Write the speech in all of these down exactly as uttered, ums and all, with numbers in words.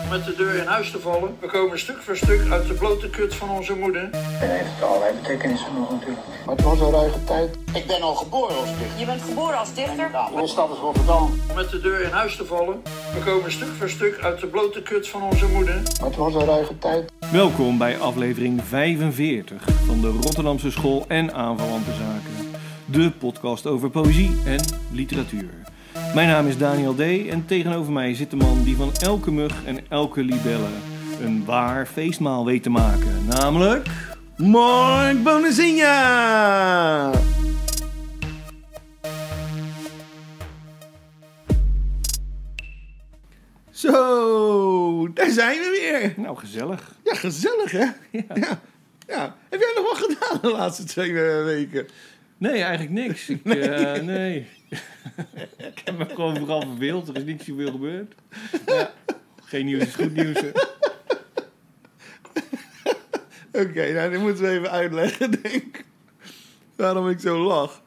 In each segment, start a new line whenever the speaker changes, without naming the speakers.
om met de deur in huis te vallen. We komen stuk voor stuk uit de blote kut van onze moeder.
En heeft allerlei betekenissen nog natuurlijk.
Maar het was een ruige tijd.
Ik ben al geboren als dichter.
Je bent geboren als dichter?
Ja, mijn stad is Rotterdam.
Om met de deur in huis te vallen. We komen stuk voor stuk uit de blote kut van onze moeder.
Maar het was een ruige tijd.
Welkom bij aflevering vijfenveertig van de Rotterdamse School en Aanverwante Zaken. De podcast over poëzie en literatuur. Mijn naam is Daniel D. en tegenover mij zit de man die van elke mug en elke libelle een waar feestmaal weet te maken. Namelijk...
Mark Bonazinha! Zo, daar zijn we weer.
Nou, gezellig.
Ja, gezellig hè? Ja. Ja. Ja. Heb jij nog wat gedaan de laatste twee uh, weken?
Nee, eigenlijk niks. Ik, nee. Uh, nee. Ik heb me gewoon vooral verveeld. Er is niet zoveel gebeurd. Ja. Geen nieuws is goed nieuws. Oké,
okay, nou dan moeten we even uitleggen, denk ik. Waarom ik zo lach.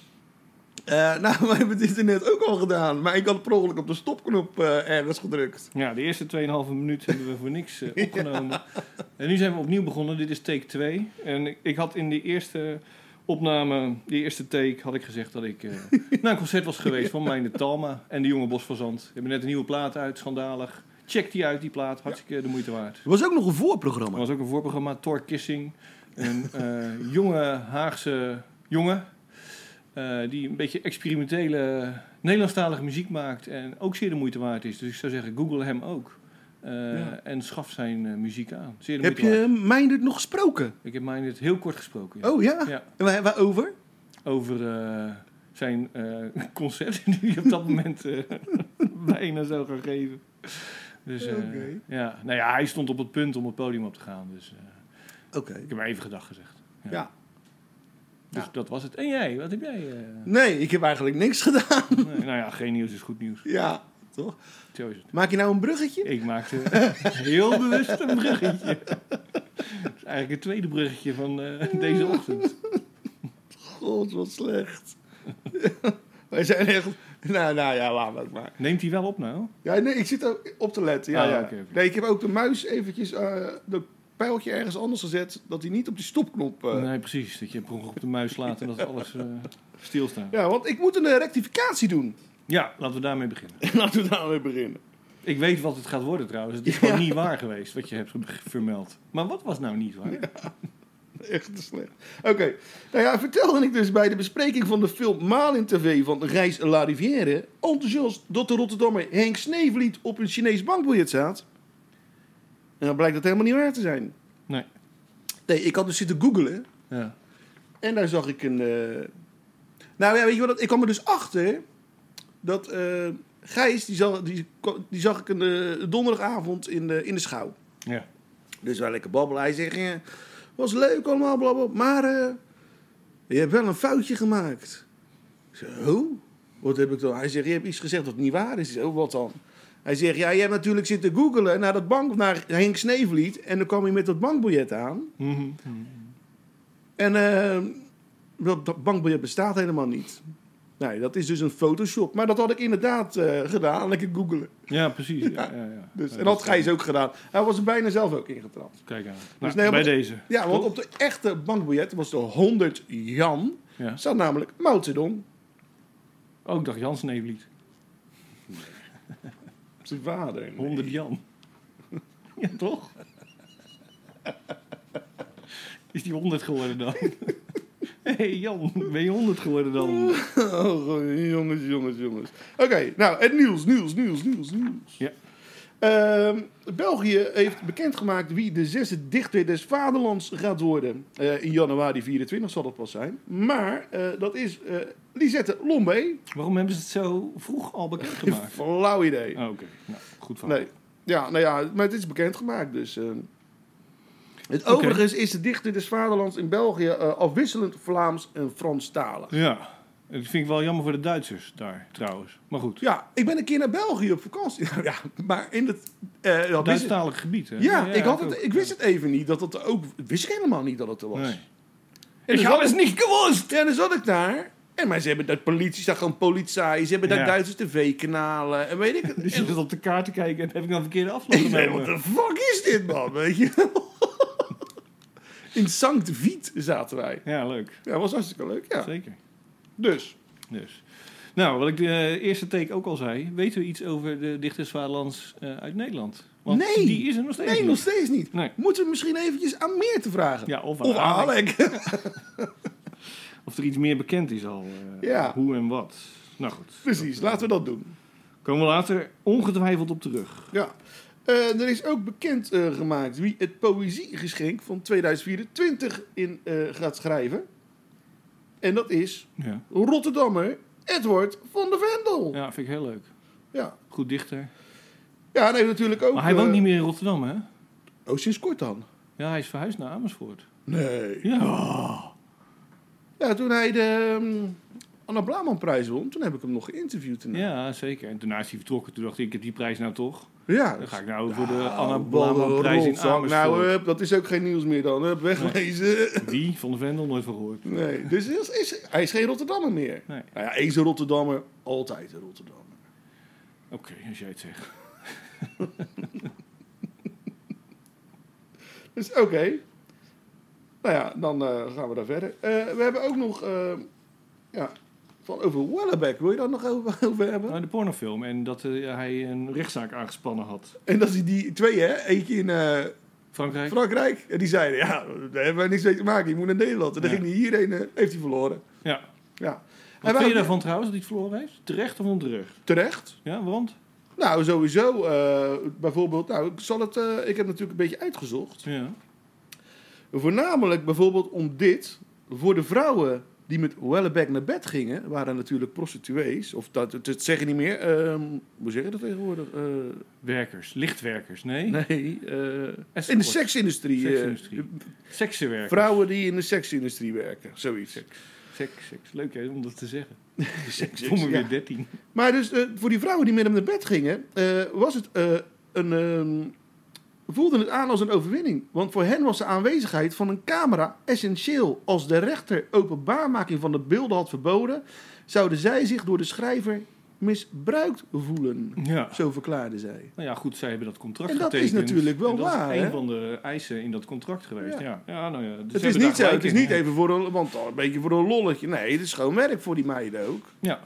Uh, nou, we hebben dit net ook al gedaan. Maar ik had per ongeluk op de stopknop uh, ergens gedrukt.
Ja, de eerste tweeënhalve minuut hebben we voor niks uh, opgenomen. Ja. En nu zijn we opnieuw begonnen. Dit is take twee. En ik, ik had in die eerste opname, die eerste take, had ik gezegd dat ik uh, naar een concert was geweest van Mijn de Talma en de Jonge Bos van Zand. We hebben net een nieuwe plaat uit, schandalig. Check die uit, die plaat. Hartstikke ja. de moeite waard.
Er was ook nog een voorprogramma.
Er was ook een voorprogramma, Thor Kissing. Een uh, jonge Haagse jongen. Uh, die een beetje experimentele Nederlandstalige muziek maakt. En ook zeer de moeite waard is. Dus ik zou zeggen, google hem ook. Uh, ja. En schaf zijn uh, muziek aan. Zeer de
heb je Meindert nog gesproken?
Ik heb Meindert heel kort gesproken. Ja.
Oh ja?
ja.
En waar, waarover?
Over uh, zijn uh, concert die hij op dat moment uh, bijna zou gaan geven. Dus uh, okay. ja, nou ja, hij stond op het punt om het podium op te gaan. Dus uh,
okay.
ik heb maar even gedag gezegd. Ja.
ja.
Dus ja. dat was het. En jij, wat heb jij? Uh...
Nee, ik heb eigenlijk niks gedaan.
Nee, nou ja, geen nieuws is goed nieuws.
Ja, toch?
Zo is het.
Maak je nou een bruggetje?
Ik maakte heel bewust een bruggetje. Dat is eigenlijk het tweede bruggetje van uh, deze ochtend.
God, wat slecht. Wij zijn echt... Nou, nou ja, laat maar maar.
Neemt hij wel op nou?
Ja, nee, ik zit ook op te letten. Ja,
ah,
ja.
Okay, okay.
Nee, ik heb ook de muis eventjes... Uh, de pijltje ergens anders gezet, dat hij niet op die stopknop... Uh...
Nee, precies. Dat je op de muis slaat en dat alles uh, stilstaat.
Ja, want ik moet een uh, rectificatie doen.
Ja, laten we daarmee beginnen.
laten we daarmee beginnen.
Ik weet wat het gaat worden trouwens. Het is ja. gewoon niet waar geweest wat je hebt vermeld. Maar wat was nou niet waar?
Ja, echt te slecht. Oké, okay. Nou ja, vertelde ik dus bij de bespreking van de film Malin T V van Reis La Rivière enthousiast dat de Rotterdammer Henk Sneevliet op een Chinees bankbiljet staat. En dan blijkt dat helemaal niet waar te zijn.
Nee.
Nee, ik had dus zitten googlen.
Ja.
En daar zag ik een... Uh... Nou ja, weet je wat? Ik kwam er dus achter dat uh, Gijs, die zag, die, die zag ik een uh, donderdagavond in de, in de schouw.
Ja.
Dus wel lekker babbelen. Hij zegt, ja, was leuk allemaal, blablabla. Maar uh, je hebt wel een foutje gemaakt. Ik zeg, hoe? Wat heb ik dan? Hij zegt, je hebt iets gezegd dat niet waar is. Ik zeg, oh, wat dan? Hij zegt, ja, je hebt natuurlijk zitten googelen naar dat bank, naar Henk Sneevliet. En dan kwam je met dat bankbiljet aan.
Mm-hmm.
En uh, dat bankbiljet bestaat helemaal niet. Nee, dat is dus een Photoshop. Maar dat had ik inderdaad uh, gedaan. Lekker googelen.
Ja, precies. Ja,
ja.
Ja, ja.
Dus,
ja,
en dat had Gijs ook gedaan. Hij was er bijna zelf ook ingetrapt.
Kijk aan.
Dus
Nou,
nee,
bij
want,
deze.
Ja, want op de echte bankbiljet was er honderd Jan.
Ja.
Staat namelijk Mao Zedong.
Oh, ik dacht Jan Sneevliet.
Zijn vader. Nee.
honderd Jan. Ja, toch? Is die honderd geworden dan? Hé hey Jan, ben je honderd geworden dan?
Oh, jongens, jongens, jongens. Oké, okay, nou, het nieuws, nieuws, nieuws, nieuws, nieuws.
Ja.
Uh, België heeft bekendgemaakt wie de zesde dichter des vaderlands gaat worden. Uh, in januari vierentwintig zal dat pas zijn. Maar uh, dat is uh, Lisette Lombé.
Waarom hebben ze het zo vroeg al bekendgemaakt?
Flauw idee.
Oh, Oké, okay. Nou, goed verhaal.
Nee. Ja, nou ja, maar het is bekendgemaakt dus... Uh, Het okay. Overigens is de dichter des vaderlands in België uh, afwisselend Vlaams en Franstalig.
Ja, dat vind ik wel jammer voor de Duitsers daar trouwens. Maar goed.
Ja, ik ben een keer naar België op vakantie. Ja, maar in het... Uh, dat
Duitsstalig het... gebied, hè?
Ja, ja, ja ik, had het, ik wist het even niet. Dat het ook... Wist ik helemaal niet dat het er was.
Nee. Ik had het niet gewust!
Ja, dan zat ik daar. En maar ze hebben daar politie, daar gewoon politie, ze hebben daar
Ja.
Duitse tv-kanalen en weet ik het.
Dus je zit op de kaart te kijken en heb ik dan verkeerde
Ik
afslag
zei, wat
genomen.
de fuck is dit, man? Weet je wel? In Sankt Viet zaten wij.
Ja, leuk.
Ja, was hartstikke leuk, ja.
Zeker.
Dus,
Dus. Nou, wat ik de eerste take ook al zei, weten we iets over de Dichtersvaderlands uh, uit Nederland? Want
Nee.
die is er nog steeds
nee,
niet.
nog steeds niet.
Nee.
Moeten we misschien eventjes aan meer te vragen?
Ja, of aan
Of aan
Alec.
Alec.
Of er iets meer bekend is al. Uh,
Ja.
Hoe en wat. Nou goed.
Precies, laten we dat doen.
Komen we later ongetwijfeld op terug.
Ja. Uh, er is ook bekend uh, gemaakt wie het poëziegeschenk van tweeduizend vierentwintig in uh, gaat schrijven. En dat is
Ja.
Rotterdammer Edward van der Vendel. Ja.
Ja, vind ik heel leuk.
Ja,
Goed dichter.
ja en hij heeft natuurlijk ook...
Maar hij
uh,
woont niet meer in Rotterdam, hè?
Oh, sinds kort dan?
Ja, hij is verhuisd naar Amersfoort.
Nee.
Ja.
Ja, toen hij de um, Anna Blaman-prijs won, toen heb ik hem nog geïnterviewd. daarna.
Ja, zeker. En daarna is hij vertrokken. Toen dacht ik, ik heb die prijs nou toch.
Ja.
Dan ga ik nou voor de
Nou,
Anna
wat
Blaman-prijs
een
in
rotzak.
Amersfoort.
Nou, hup, dat is ook geen nieuws meer dan. Hup, wegwezen.
Wie? Van de Vendel? Nooit van gehoord.
Nee, dus is, is, hij is geen Rotterdammer meer.
Nee.
Nou ja, eens een Rotterdammer, altijd een Rotterdammer.
Oké, als jij het zegt.
Dus oké. Okay. Nou ja, dan uh, gaan we daar verder. Uh, we hebben ook nog... Uh, ja, van over Wellebeck. Wil je daar nog over, over hebben?
Nou, de pornofilm. En dat uh, hij een rechtszaak aangespannen had.
En dat is die twee, hè? Eentje in uh,
Frankrijk?
Frankrijk. En die zeiden, ja, daar hebben wij niks mee te maken. Je moet naar Nederland. En dan
Ja.
ging hij hierheen, uh, heeft hij verloren.
Ja.
Ja.
Wat
En
vind je
wij-
daarvan trouwens, dat hij het verloren heeft? Terecht of onterecht?
Terecht.
Ja, want?
Nou, sowieso. Uh, bijvoorbeeld, nou, ik zal het... Uh, ik heb natuurlijk een beetje uitgezocht.
Ja.
Voornamelijk bijvoorbeeld om dit. Voor de vrouwen die met Wellebeck naar bed gingen, waren natuurlijk prostituees. Of dat, dat, dat zeg je niet meer. Um, hoe zeg je dat tegenwoordig? Uh,
Werkers, lichtwerkers, nee?
nee. Uh,
Escort.
in de seksindustrie. uh,
Seksindustrie. Seksenwerkers.
vrouwen die in de seksindustrie werken. Zoiets.
Seks, seks. Leuk hè, om dat te zeggen.
Seks,
Ik voel me
ja.
weer dertien.
Maar dus uh, voor die vrouwen die met hem naar bed gingen, uh, was het uh, een... Um, voelden het aan als een overwinning. Want voor hen was de aanwezigheid van een camera essentieel. Als de rechter openbaarmaking van de beelden had verboden, zouden zij zich door de schrijver misbruikt voelen.
Ja.
Zo verklaarde zij.
Nou ja, goed, zij hebben dat contract
En dat is
getekend.
natuurlijk wel
En dat
waar,
is
hè?
een van de eisen in dat contract geweest.
Ja.
Ja, ja, nou ja. Dus
Het
ze
is
hebben
niet zo,
daar
het is
gelijk in,
niet
hè.
even voor een, want oh, een beetje voor een lolletje. Nee, het is gewoon werk voor die meiden ook.
Ja,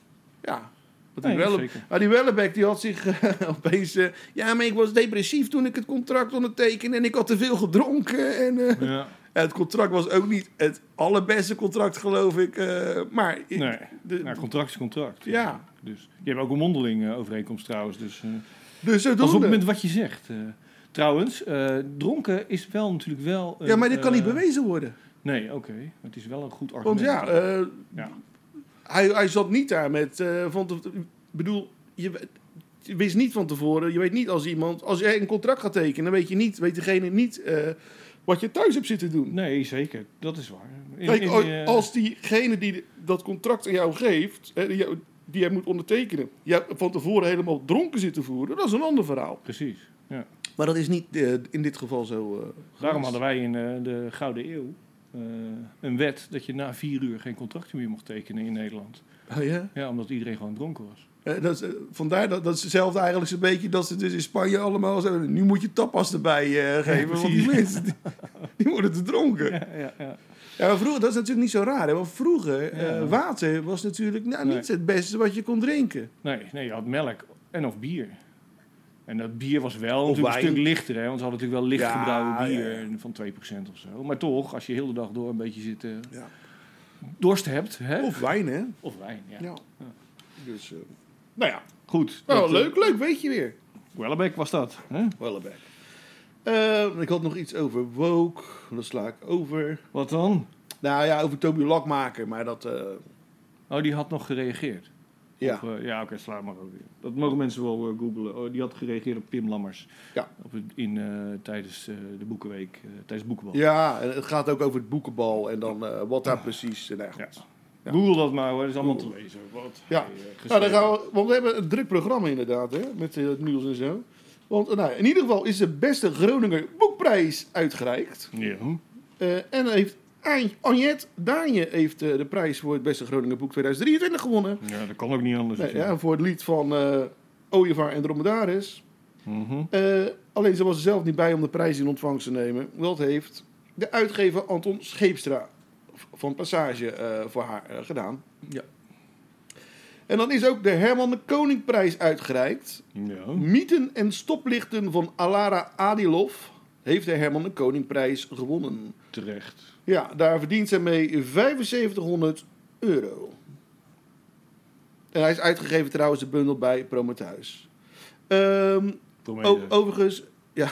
Ja. Want
Nee,
die Welle-
zeker.
maar die Wellebeck die had zich uh, opeens... Uh, ja, maar ik was depressief toen ik het contract ondertekende en ik had te veel gedronken. En, uh,
ja.
en het contract was ook niet het allerbeste contract, geloof ik. Uh, maar...
Nee,
de,
nou, contract is contract.
Ja.
Dus, je hebt ook een mondeling uh, overeenkomst trouwens. Dus uh,
dus
pas op
zodoende.
met wat je zegt. Uh, trouwens, uh, dronken is wel natuurlijk wel... Een,
Ja, maar dit kan niet
uh,
bewezen worden.
Nee, oké. Okay. Het is wel een goed
Want
argument.
ja, uh,
ja.
hij, hij zat niet daar met... Uh, van te, ik bedoel, je, je wist niet van tevoren... Je weet niet als iemand... Als jij een contract gaat tekenen, dan weet je niet... Weet degene niet uh, wat je thuis hebt zitten doen.
Nee, zeker. Dat is waar. In,
Kijk,
in,
als-
uh,
als diegene die dat contract aan jou geeft... Hè, die, jou, die jij moet ondertekenen... jou van tevoren helemaal dronken zit te voeren... Dat is een ander verhaal.
Precies, ja.
Maar dat is niet uh, in dit geval zo... Uh,
Daarom hadden wij in uh, de Gouden Eeuw uh, een wet dat je na vier uur geen contracten meer mocht tekenen in Nederland.
Oh ja?
Ja, omdat iedereen gewoon dronken was.
Uh, dat is, uh, vandaar dat, dat is hetzelfde eigenlijk zo'n beetje... dat ze dus in Spanje allemaal zo... Nu moet je tapas erbij uh, geven... want die
precies.
mensen die, die worden te dronken.
Ja, ja, ja.
Ja, maar vroeger, dat is natuurlijk niet zo raar. Hè? Want vroeger, uh,
Ja.
water was natuurlijk nou, niet
Nee.
het beste wat je kon drinken.
Nee, nee, je had melk en of bier. En dat bier was wel
Of
natuurlijk een
wijn.
stuk lichter, hè? Want ze hadden natuurlijk wel licht
Ja,
gebrouwen bier
ja, ja.
van twee procent of zo. Maar toch, als je heel de dag door een beetje zit, uh,
Ja.
dorst hebt, hè?
Of wijn, hè?
Of wijn, ja.
Ja. Dus, uh, nou ja.
Goed.
Nou,
dat, uh,
leuk, leuk, weet je weer.
Wellebeck was dat, hè?
Wellebeck. Uh, ik had nog iets over woke. Dat sla ik over.
Wat dan?
Nou ja, over Toby Lakmaker, maar dat... Uh,
Oh, die had nog gereageerd.
ja.
Of, uh, ja, oké, sla maar over. Dat mogen mensen wel uh, googlen. Oh, die had gereageerd op Pim Lammers.
Ja.
Op het, in, uh, tijdens uh, de Boekenweek, uh, tijdens het Boekenbal.
ja, en het gaat ook over het boekenbal en dan uh, wat daar precies... Uh, nou,
Ja.
goed. Ja.
Google dat maar hoor, dat is allemaal
Google.
te lezen. Wat
Ja.
hij, uh,
Nou,
geschreven
dan gaan we, want we hebben een druk programma inderdaad, hè, met uh, het nieuws en zo. Want uh, nou, in ieder geval is de beste Groninger boekprijs uitgereikt.
Ja.
Uh, en heeft Ai, Anjet Daanje heeft uh, de prijs voor het beste Groninger boek tweeduizend drieëntwintig gewonnen.
Ja, dat kan ook niet anders.
Nee, ja, voor het lied van uh, Ooievaar en Dromedaris.
Mm-hmm.
Uh, alleen ze was er zelf niet bij om de prijs in ontvangst te nemen. Dat heeft de uitgever Anton Scheepstra van Passage uh, voor haar uh, gedaan.
Ja.
En dan is ook de Herman de Koningprijs uitgereikt.
Ja.
Mythen en stoplichten van Alara Adilov heeft de Herman de Koningprijs gewonnen.
Terecht.
Ja, daar verdient zij mee vijfenzeventighonderd euro. En hij is uitgegeven trouwens de bundel bij Prometheus. Um, o- overigens, ja.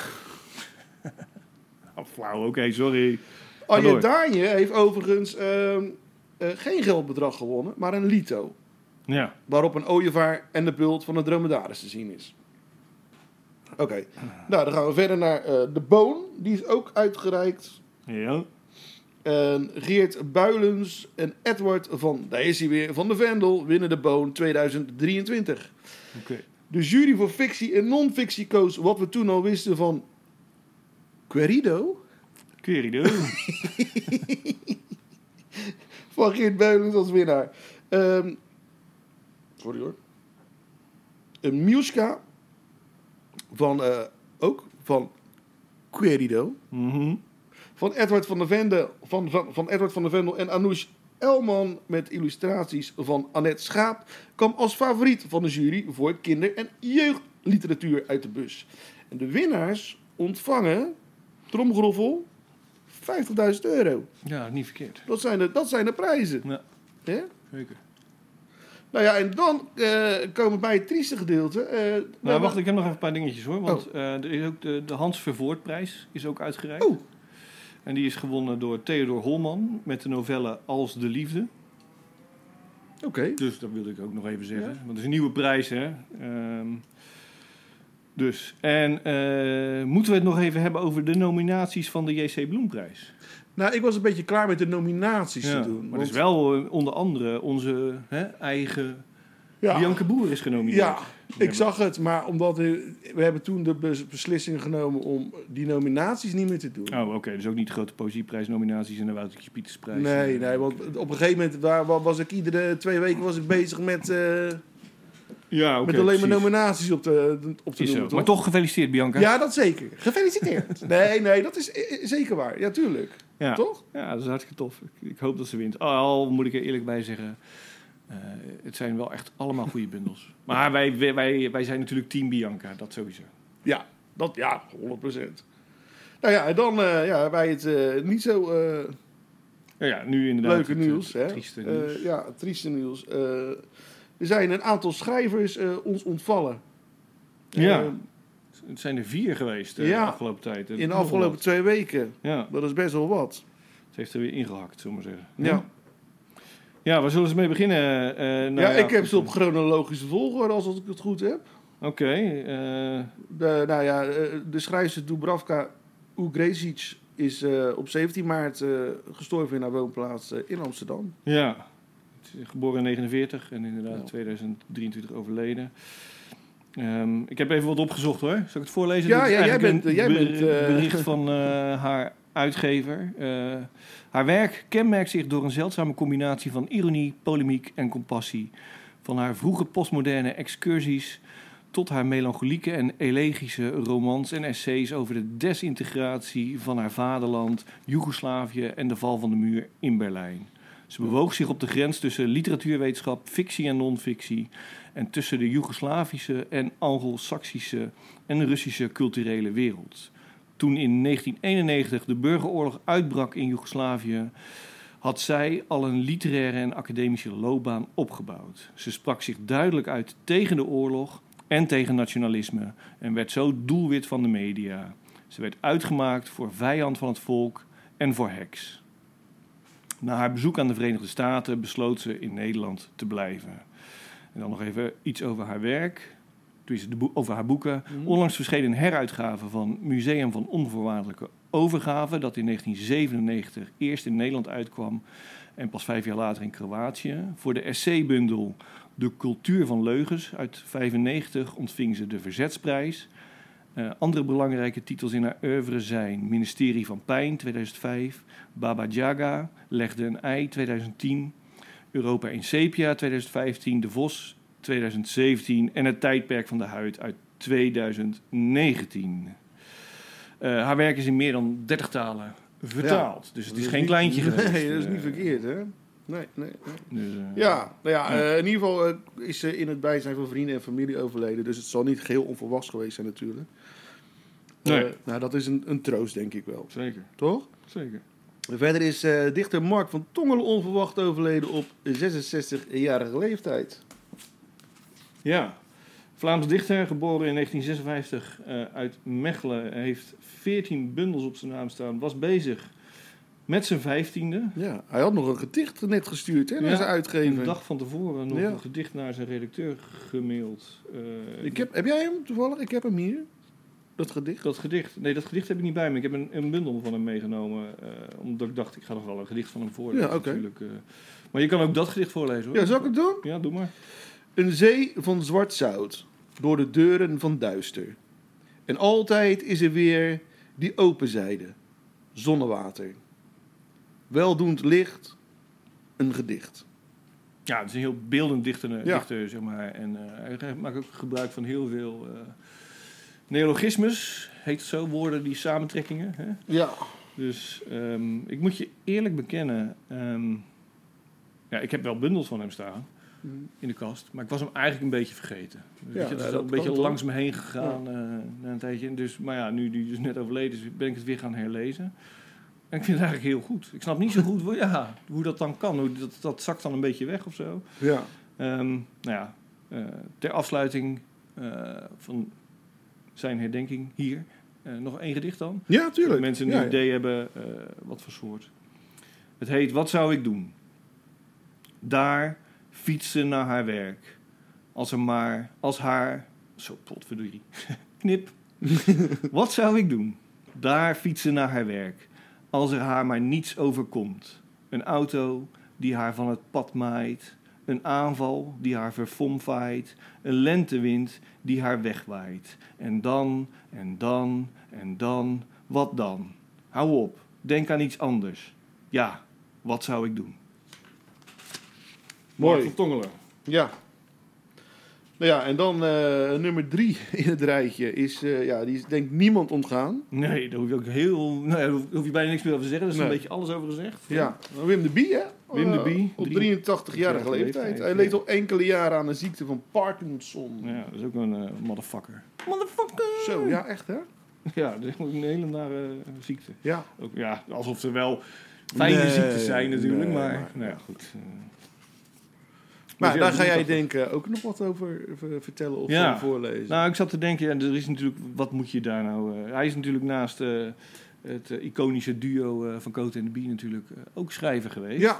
Oh, flauw, oké, okay, sorry.
Anje Daanje heeft overigens um, uh, geen geldbedrag gewonnen, maar een lito.
Ja.
Waarop een ooievaar en de bult van de dromedaris te zien is. Oké, okay. Nou dan gaan we verder naar uh, de Boon. Die is ook uitgereikt.
Ja.
En Geert Builens en Edward van, daar is hij weer, van de Vendel winnen de Boon tweeduizend drieëntwintig.
Oké. Okay.
De jury voor fictie en non-fictie koos wat we toen al wisten van Querido.
Querido.
Van Geert Builens als winnaar. Um, sorry hoor. Een Miuska van, uh, ook van Querido.
Mm-hmm.
Van Edward van der Vende, van, van, van Edward van der Vendel en Anoush Elman met illustraties van Annette Schaap kwam als favoriet van de jury voor kinder- en jeugdliteratuur uit de bus. En de winnaars ontvangen, tromgeroffel, vijftigduizend euro.
Ja, niet verkeerd.
Dat zijn de, dat zijn de prijzen.
Ja,
He?
zeker.
Nou ja, en dan uh, komen we bij het trieste gedeelte. Uh,
nou,
nou,
wacht, ik heb nog even een paar dingetjes hoor. Want
oh.
uh, er is ook de, de Hans Vervoortprijs is ook uitgereikt.
Oh.
En die is gewonnen door Theodor Holman met de novelle Als de Liefde.
Oké. Okay.
Dus dat wilde ik ook nog even zeggen. Ja. Want het is een nieuwe prijs, hè. Um, dus. En uh, moeten we het nog even hebben over de nominaties van de J C Bloemprijs?
Nou, ik was een beetje klaar met de nominaties
ja,
te doen.
Maar
want...
het is wel uh, onder andere onze hè, eigen...
Ja.
Bianca Boer is genomineerd.
Ja, ik zag het. Maar omdat we, we hebben toen de beslissing genomen om die nominaties niet meer te doen.
Oh, oké. Okay. Dus ook niet de grote poëzieprijs nominaties en de Woutertje Pietersprijs.
Nee, nee. Want op een gegeven moment waar, was ik iedere twee weken was ik bezig met... Uh,
Ja, okay,
met alleen
precies.
maar nominaties op te, op te
is
doen.
Zo.
Toch?
Maar toch gefeliciteerd, Bianca.
Ja, dat zeker. Gefeliciteerd. nee, nee, dat is zeker waar. Ja, tuurlijk.
Ja.
Toch?
Ja, dat is hartstikke tof. Ik, ik hoop dat ze wint. Al moet ik er eerlijk bij zeggen... Uh, het zijn wel echt allemaal goede bundels. Maar wij, wij, wij, wij zijn natuurlijk team Bianca, dat sowieso.
Ja, dat, ja, honderd procent. Nou ja, en dan uh, ja, bij het uh, niet zo uh,
ja, ja, nu inderdaad
leuke
het,
nieuws.
het, het
hè?
trieste nieuws.
Uh, ja, het trieste nieuws. Uh, er zijn een aantal schrijvers uh, ons ontvallen.
Ja,
uh,
het zijn er vier geweest uh,
ja,
de afgelopen tijd.
In de afgelopen twee weken.
Ja.
Dat is best wel wat.
Het heeft er weer ingehakt, zullen we maar zeggen.
Ja.
Ja. Ja, waar zullen ze mee beginnen? Uh, nou,
ja,
ja,
ik heb ze op chronologische volgorde, als ik het goed heb.
Oké. Okay, uh...
de, nou ja, de schrijfster Dubravka Ugresic is uh, op zeventien maart uh, gestorven in haar woonplaats uh, in Amsterdam.
Ja, geboren in negenenveertig en inderdaad in
ja.
tweeduizend drieëntwintig overleden. Um, ik heb even wat opgezocht hoor. Zal ik het voorlezen?
Ja,
Dit is
ja jij
eigenlijk
bent...
een
Jij
ber-
bent uh...
bericht van uh, haar uitgever. Uh, haar werk kenmerkt zich door een zeldzame combinatie van ironie, polemiek en compassie. Van haar vroege postmoderne excursies tot haar melancholieke en elegische romans en essays over de desintegratie van haar vaderland, Joegoslavië en de val van de muur in Berlijn. Ze bewoog zich op de grens tussen literatuurwetenschap, fictie en non-fictie en tussen de Joegoslavische en Anglo-Saxische en Russische culturele wereld. Toen in negentien eenennegentig de burgeroorlog uitbrak in Joegoslavië, had zij al een literaire en academische loopbaan opgebouwd. Ze sprak zich duidelijk uit tegen de oorlog en tegen nationalisme en werd zo doelwit van de media. Ze werd uitgemaakt voor vijand van het volk en voor heks. Na haar bezoek aan de Verenigde Staten besloot ze in Nederland te blijven. En dan nog even iets over haar werk, over haar boeken. Mm. Onlangs verscheen een heruitgave van Museum van Onvoorwaardelijke Overgave, dat in negentien zevenennegentig eerst in Nederland uitkwam en pas vijf jaar later in Kroatië. Voor de essaybundel De Cultuur van Leugens uit vijfennegentig ontving ze de Verzetsprijs. Uh, andere belangrijke titels in haar oeuvre zijn Ministerie van Pijn tweeduizend vijf, Baba Yaga, Legde een ei tweeduizend tien, Europa in Sepia tweeduizend vijftien, De Vos tweeduizend zeventien en Het tijdperk van de huid uit tweeduizend negentien. Uh, haar werk is in meer dan dertig talen vertaald. Ja, dus het is, is geen niet, kleintje geweest.
Nee, dat is niet uh, verkeerd, hè? Nee, nee, nee. Dus, uh,
ja,
nou ja, ja. Uh, in ieder geval uh, is ze in het bijzijn van vrienden en familie overleden. Dus het zal niet geheel onverwachts geweest zijn natuurlijk. Nee. Uh, nou, dat is een, een troost, denk ik wel.
Zeker.
Toch?
Zeker.
Verder is uh, dichter Mark van Tongelen onverwacht overleden op zesenzestigjarige leeftijd.
Ja. Vlaams dichter, geboren in negentien zesenvijftig uh, uit Mechelen, heeft veertien bundels op zijn naam staan, was bezig met zijn vijftiende.
Ja, hij had nog een gedicht net gestuurd hè, naar
ja,
zijn uitgever.
Een dag van tevoren nog ja. een gedicht naar zijn redacteur gemaild.
Uh, ik heb, heb jij hem toevallig? Ik heb hem hier. Dat gedicht?
Dat gedicht? Nee, dat gedicht heb ik niet bij me. Ik heb een, een bundel van hem meegenomen, uh, omdat ik dacht, ik ga nog wel een gedicht van hem voorlezen.
Ja, oké.
Uh, maar je kan ook dat gedicht voorlezen, hoor.
Ja, zal ik het doen?
Ja, doe maar.
Een zee van zwart zout, door de deuren van duister. En altijd is er weer die open zijde, zonnewater. Weldoend licht, een gedicht.
Ja, het is een heel beeldend dichter,
ja.
dichter zeg maar. En uh, hij maakt ook gebruik van heel veel uh, neologismes, heet het zo, woorden die samentrekkingen. Hè?
Ja.
Dus um, ik moet je eerlijk bekennen, um, ja, ik heb wel bundels van hem staan in de kast, maar ik was hem eigenlijk een beetje vergeten. Dus ja, het is ja, een beetje langs me heen gegaan ja. uh, na een tijdje. Dus, maar ja, nu die dus net overleden is, ben ik het weer gaan herlezen. En ik vind het eigenlijk heel goed. Ik snap niet zo goed hoe, ja, hoe dat dan kan. Hoe dat, dat zakt dan een beetje weg of zo.
Ja.
Um, nou ja, uh, ter afsluiting uh, van zijn herdenking hier. Uh, nog één gedicht dan.
Ja, tuurlijk.
Dat mensen een
ja,
idee
ja.
hebben uh, wat voor soort. Het heet Wat zou ik doen? Daar fietsen naar haar werk. Als er maar, als haar... Zo, potverdorie. Knip. Wat zou ik doen? Daar fietsen naar haar werk. Als er haar maar niets overkomt. Een auto die haar van het pad maait. Een aanval die haar verfomfaait. Een lentewind die haar wegwaait. En dan, en dan, en dan, wat dan? Hou op, denk aan iets anders. Ja, wat zou ik doen?
Mooi.
Mark van Tongelen.
Ja. Nou ja, en dan uh, nummer drie in het rijtje is, uh, ja, die is denk ik niemand ontgaan.
Nee, daar hoef je ook heel, nou ja, daar hoef je bijna niks meer over te zeggen. Er is
nee.
een beetje alles over gezegd.
Ja, Wim de Bie, hè?
Wim de Bie.
Uh, op drieëntachtigjarige leeftijd. leeftijd. Hij leed al enkele jaren aan de ziekte van Parkinson.
Ja, dat is ook een uh, motherfucker. Motherfucker!
Zo, ja, echt hè?
Ja, dat is een hele nare uh, ziekte.
Ja.
Ook, ja, alsof er wel fijne nee, ziektes zijn natuurlijk, nee, maar, maar nou ja, goed. Uh,
Maar dus daar ga jij denk ik ook nog wat over vertellen of
ja.
voorlezen.
Nou, ik zat te denken, ja, er is natuurlijk, wat moet je daar nou... Uh, hij is natuurlijk naast uh, het uh, iconische duo uh, van Cote en de Bie natuurlijk uh, ook schrijver geweest.
Ja.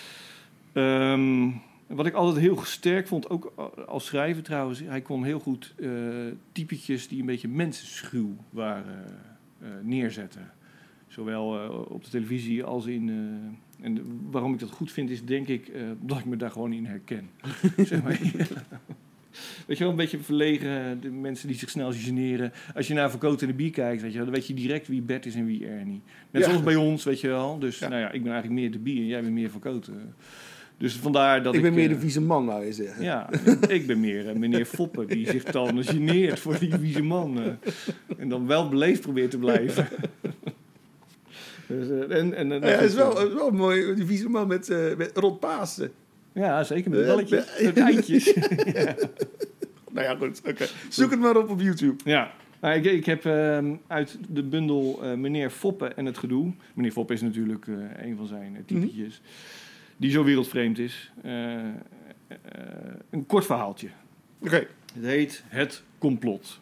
Um, wat ik altijd heel sterk vond, ook als schrijver trouwens, hij kon heel goed uh, typetjes die een beetje mensenschuw waren uh, neerzetten. Zowel uh, op de televisie als in... Uh, en waarom ik dat goed vind is, denk ik, uh, dat ik me daar gewoon in herken. Zeg maar, weet je wel, een beetje verlegen, de mensen die zich snel generen. Als je naar Van Cote en de Bie kijkt, weet je wel, dan weet je direct wie Bert is en wie Ernie. Net ja. zoals bij ons, weet je wel. Dus ja. nou ja, ik ben eigenlijk meer de Bie en jij bent meer Van Cote. Dus vandaar dat
ik...
Ik
ben meer
uh,
de vieze man, wou je zeggen.
Ja, ik ben meer uh, meneer Foppen, die zich dan geneert voor die vieze man. Uh, en dan wel beleefd probeert te blijven. Dus, uh, en, en, en,
ja, het is wel, wel mooi, die vieze man met, uh, met rond Pasen.
Ja, zeker, met balletjes, met eitjes. Ja.
Nou ja, goed, oké. Okay. Zoek het maar op op YouTube.
Ja, nou, ik, ik heb uh, uit de bundel uh, meneer Foppen en het gedoe. Meneer Foppen is natuurlijk uh, een van zijn uh, typetjes. Mm-hmm. Die zo wereldvreemd is. Uh, uh, een kort verhaaltje.
Oké. Okay.
Het heet Het Complot.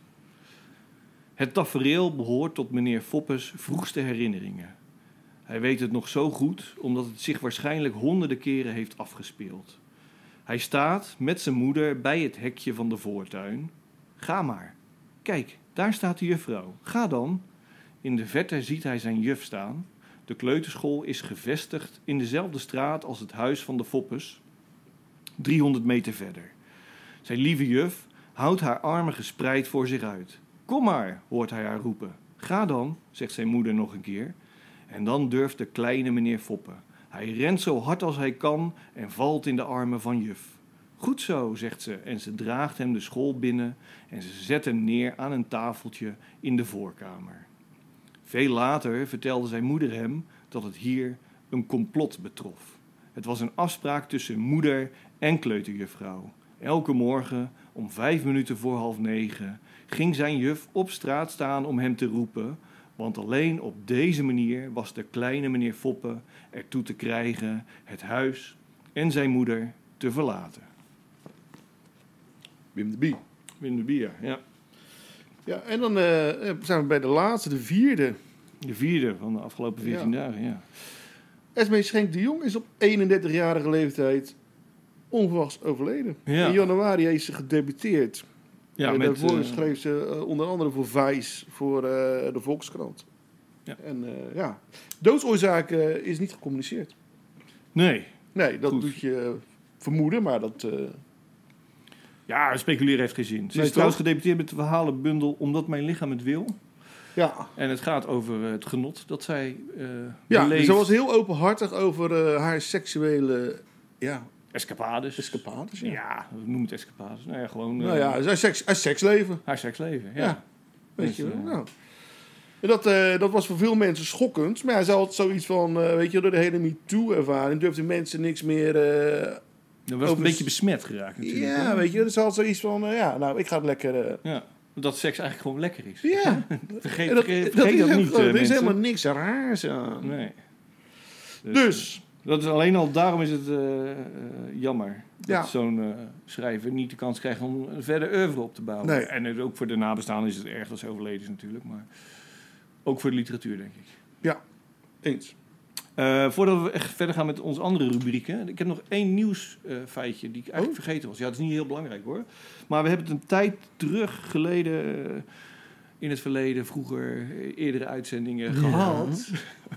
Het tafereel behoort tot meneer Foppes vroegste herinneringen. Hij weet het nog zo goed, omdat het zich waarschijnlijk honderden keren heeft afgespeeld. Hij staat met zijn moeder bij het hekje van de voortuin. Ga maar. Kijk, daar staat de juffrouw. Ga dan. In de verte ziet hij zijn juf staan. De kleuterschool is gevestigd in dezelfde straat als het huis van de Foppes, driehonderd meter verder. Zijn lieve juf houdt haar armen gespreid voor zich uit. Kom maar, hoort hij haar roepen. Ga dan, zegt zijn moeder nog een keer. En dan durft de kleine meneer Foppe. Hij rent zo hard als hij kan en valt in de armen van juf. Goed zo, zegt ze, en ze draagt hem de school binnen en ze zet hem neer aan een tafeltje in de voorkamer. Veel later vertelde zijn moeder hem dat het hier een complot betrof. Het was een afspraak tussen moeder en kleuterjuffrouw. Elke morgen om vijf minuten voor half negen ging zijn juf op straat staan om hem te roepen, want alleen op deze manier was de kleine meneer Foppe ertoe te krijgen het huis en zijn moeder te verlaten.
Wim de Bie.
Wim de Bier, ja.
Ja, en dan uh, zijn we bij de laatste, de vierde.
De vierde van de afgelopen veertien
Ja.
dagen, ja.
Esmee Schenk de Jong is op eenendertigjarige leeftijd onverwachts overleden.
Ja.
In januari heeft ze gedebuteerd.
Ja,
en
met,
daarvoor
uh,
schreef ze uh, onder andere voor Vice, voor uh, de Volkskrant.
Ja.
En uh, ja, doodsoorzaak uh, is niet gecommuniceerd.
Nee.
Nee, dat
Goed.
doet je uh, vermoeden, maar dat... Uh,
Ja, speculeren heeft geen zin. Ze
Nee,
is trouwens
toch?
gedebuteerd met de verhalenbundel Omdat mijn lichaam het wil.
ja,
En het gaat over uh, het genot dat zij uh,
ja
beleeft.
ze was heel openhartig over uh, haar seksuele ja,
Escapades.
escapades.
Ja,
Ja.
we noemen het escapades. Nou ja, gewoon uh,
Nou ja, haar, seks, haar seksleven.
haar seksleven. Ja.
Ja. Weet
Dus,
je wel.
uh,
Nou. En dat, uh, dat was voor veel mensen schokkend. Maar ja, ze had zoiets van, uh, weet je, door de hele MeToo-ervaring durfden mensen niks meer... Uh,
Dat was
over-
een beetje besmet geraakt natuurlijk.
ja,
hè?
weet je, dus ze had zoiets van, uh, ja, nou, ik ga het lekker... Uh,
Ja, dat seks eigenlijk gewoon lekker is.
ja,
Vergeet
En
dat,
dat,
vergeet
dat
dat,
is ook
niet,
gewoon-
uh,
er is
mensen.
helemaal niks raars aan.
Nee.
Dus,
Dat is alleen al, daarom is het uh, uh, jammer dat
Ja.
zo'n uh, schrijver niet de kans krijgt om een verder oeuvre op te bouwen.
Nee.
En het, ook voor de nabestaanden is het erg als hij overleden is natuurlijk, maar ook voor de literatuur denk ik.
ja, eens.
Uh, voordat we echt verder gaan met onze andere rubrieken, ik heb nog één nieuwsfeitje die ik eigenlijk
Oh.
vergeten was. Ja, dat is niet heel belangrijk hoor. Maar we hebben het een tijd terug geleden, uh, in het verleden, vroeger, uh, eerdere uitzendingen gehad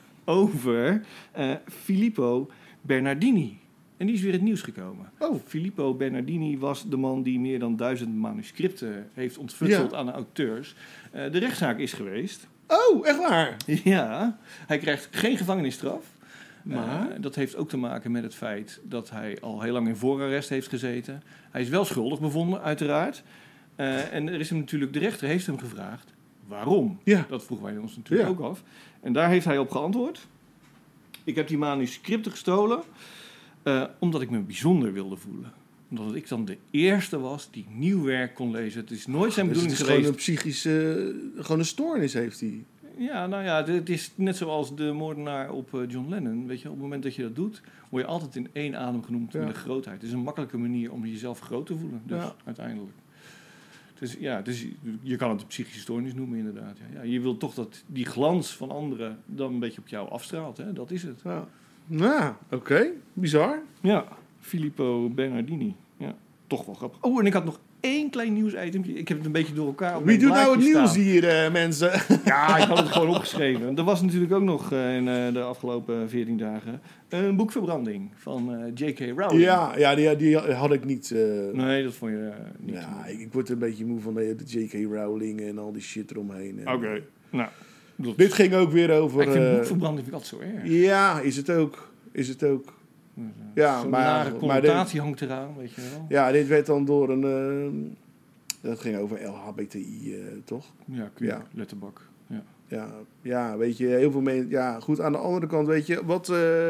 over uh, Filippo Bernardini. En die is weer in het nieuws gekomen.
Oh,
Filippo Bernardini was de man die meer dan duizend manuscripten heeft ontfutseld
Ja.
aan de auteurs. Uh, de rechtszaak is geweest.
oh, echt waar?
Ja, hij krijgt geen gevangenisstraf.
Maar?
Uh, dat heeft ook te maken met het feit dat hij al heel lang in voorarrest heeft gezeten. Hij is wel schuldig bevonden, uiteraard. Uh, en er is hem natuurlijk, de rechter heeft hem gevraagd waarom.
Ja.
Dat vroegen wij ons natuurlijk
Ja.
ook af. En daar heeft hij op geantwoord. Ik heb die manuscripten gestolen uh, omdat ik me bijzonder wilde voelen. Omdat ik dan de eerste was die nieuw werk kon lezen. Het is nooit zijn
Dus het
bedoeling
is
geweest.
gewoon een psychische, gewoon een stoornis heeft hij.
Ja, nou ja, het is net zoals de moordenaar op uh, John Lennon. Weet je, op het moment dat je dat doet, word je altijd in één adem genoemd
Ja.
met de grootheid. Het is een makkelijke manier om jezelf groot te voelen, dus
Ja.
uiteindelijk. Dus ja, dus je kan het een psychische stoornis noemen inderdaad. Ja. Ja, je wilt toch dat die glans van anderen dan een beetje op jou afstraalt, hè? Dat is het.
Ja. Nou, oké. Bizar.
Ja, Filippo Bernardini. Ja, toch wel grappig. Oh, en ik had nog één klein nieuwsitempje. Ik heb het een beetje door elkaar op
Wie
mijn
doet nou het
blaadje
nieuws
staan.
hier, eh, mensen?
Ja, ik had het gewoon opgeschreven. Er was natuurlijk ook nog uh, in uh, de afgelopen veertien dagen een boekverbranding van uh, J K Rowling.
Ja, ja die, die had ik niet. eh,
Nee, dat vond je uh, niet.
ja, ik, ik word een beetje moe van de, de J K Rowling en al die shit eromheen. En-
Oké, nou. Dat,
Dit ging ook weer over...
ik vind
eh,
boekverbranding vind ik altijd zo erg.
ja, is het ook. Is het ook. Ja,
Zo'n
maar-
nare
maar
connotatie hangt eraan, weet je wel.
Ja, dit werd dan door een... eh, dat ging over L H B T I, eh, toch?
Ja, kwiek,
Ja.
letterbak. Ja.
Ja, ja, weet je, heel veel mensen... Ja, goed, aan de andere kant, weet je, wat eh,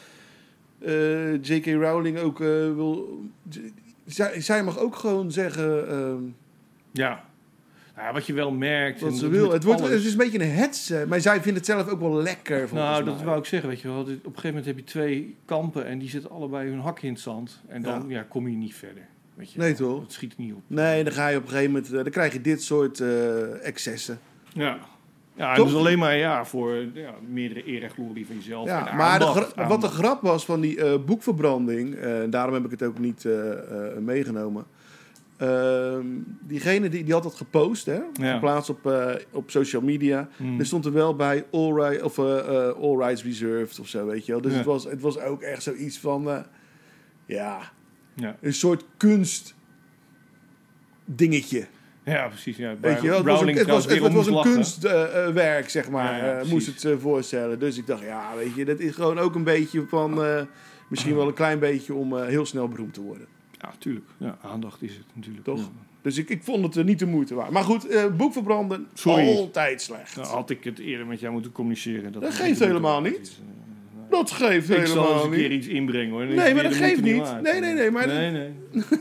eh, J K Rowling ook eh, wil... Zij, zij mag ook gewoon zeggen ehm,
Ja. Nou, wat je wel merkt.
wat
en
ze
dat
wil.
met
Het, wordt,
alles-
het is een beetje een hets, eh, maar zij vindt het zelf ook wel lekker, volgens
Nou,
mij.
dat wou ik zeggen, weet je wel. Dit- Op een gegeven moment heb je twee kampen en die zitten allebei hun hak in het zand. En dan ja.
Ja.
kom je niet verder. Weet je
Nee,
wel.
toch?
Het schiet niet op.
Nee, dan ga je op een gegeven moment... eh, dan krijg je dit soort eh, excessen.
Ja. Ja,
Toch?
dus alleen maar ja, voor ja, meerdere eer en glorie van jezelf.
Ja,
en
maar de
aandacht,
gra- wat de
aandacht.
grap was van die eh, boekverbranding... eh, en daarom heb ik het ook niet eh, eh, meegenomen... Ehm, diegene die, die had dat gepost, hè?
Ja.
Geplaatst op, eh, op social media.
Hmm.
Er stond er wel bij all, right, of, eh, eh, all rights reserved of zo, weet je wel. Dus
Ja.
het, was, het was ook echt zoiets van... eh, ja,
Ja.
een soort kunst dingetje.
Ja, precies. Ja.
Weet je wel, het was een, het was, het was een kunstwerk, uh, zeg maar,
ja, ja,
uh, moest het uh, voorstellen. Dus ik dacht, ja, weet je, dat is gewoon ook een beetje van, uh, misschien wel een klein beetje om uh, heel snel beroemd te worden.
Ja, tuurlijk. Ja, aandacht is het natuurlijk.
Toch?
Ja.
Dus ik, ik vond het uh, niet de moeite waard. Maar goed, uh, boek verbranden,
Sorry.
altijd slecht.
Nou, had ik het eerder met jou moeten communiceren. Dat,
Dat geeft helemaal niet.
Is, uh, nee.
Dat geeft
ik zal eens
helemaal
een
niet.
keer iets inbrengen hoor.
Nee, maar dat geeft niet. Nee, nee, nee. Maar,
nee, nee.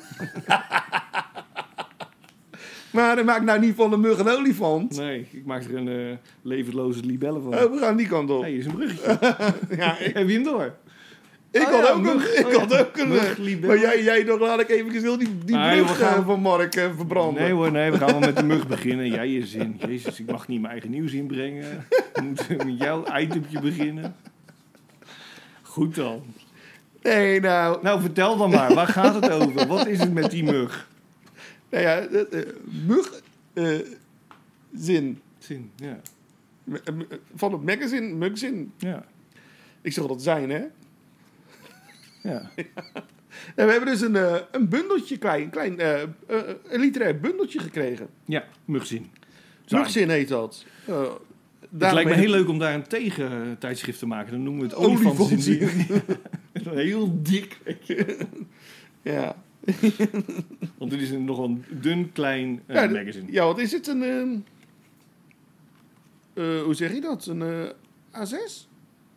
maar maak nou niet van een mug een olifant.
Nee, ik maak er een uh, levensloze libelle van.
Oh, we gaan die kant op.
Hé, hey, is een bruggetje.
ja, ik...
Heb je hem door?
Ik
oh,
had
ja,
ook
mug,
een... Ik
oh,
had
ja.
ook een
Mug,
maar jij, jij nog laat ik even heel die, die
ah,
brug
we gaan...
uh, van Mark uh, verbranden.
Nee hoor, nee, we gaan wel met de mug beginnen. Jij je zin. Jezus, ik mag niet mijn eigen nieuws inbrengen. We moeten met jouw itempje beginnen. Goed dan.
Nee, nou...
Nou, vertel dan maar. Waar gaat het over? Wat is het met die mug?
Nou ja, uh, uh, mug... Uh, zin.
Zin, ja.
Van het magazine, mugzin.
Ja.
Ik zeg dat zijn, hè?
Ja.
En we hebben dus een, uh, een bundeltje, klein, klein uh, uh, een literair bundeltje gekregen.
Ja, mugzin.
Mugzin heet dat. Uh,
het lijkt me heel leuk om daar een tegentijdschrift te maken. Dan noemen we het olifantzin. Heel dik, weet je.
Ja.
Want dit is een, nog een dun, klein uh,
ja,
magazine.
Ja, wat is het? Een... Uh, uh, hoe zeg je dat? Een uh, A zes?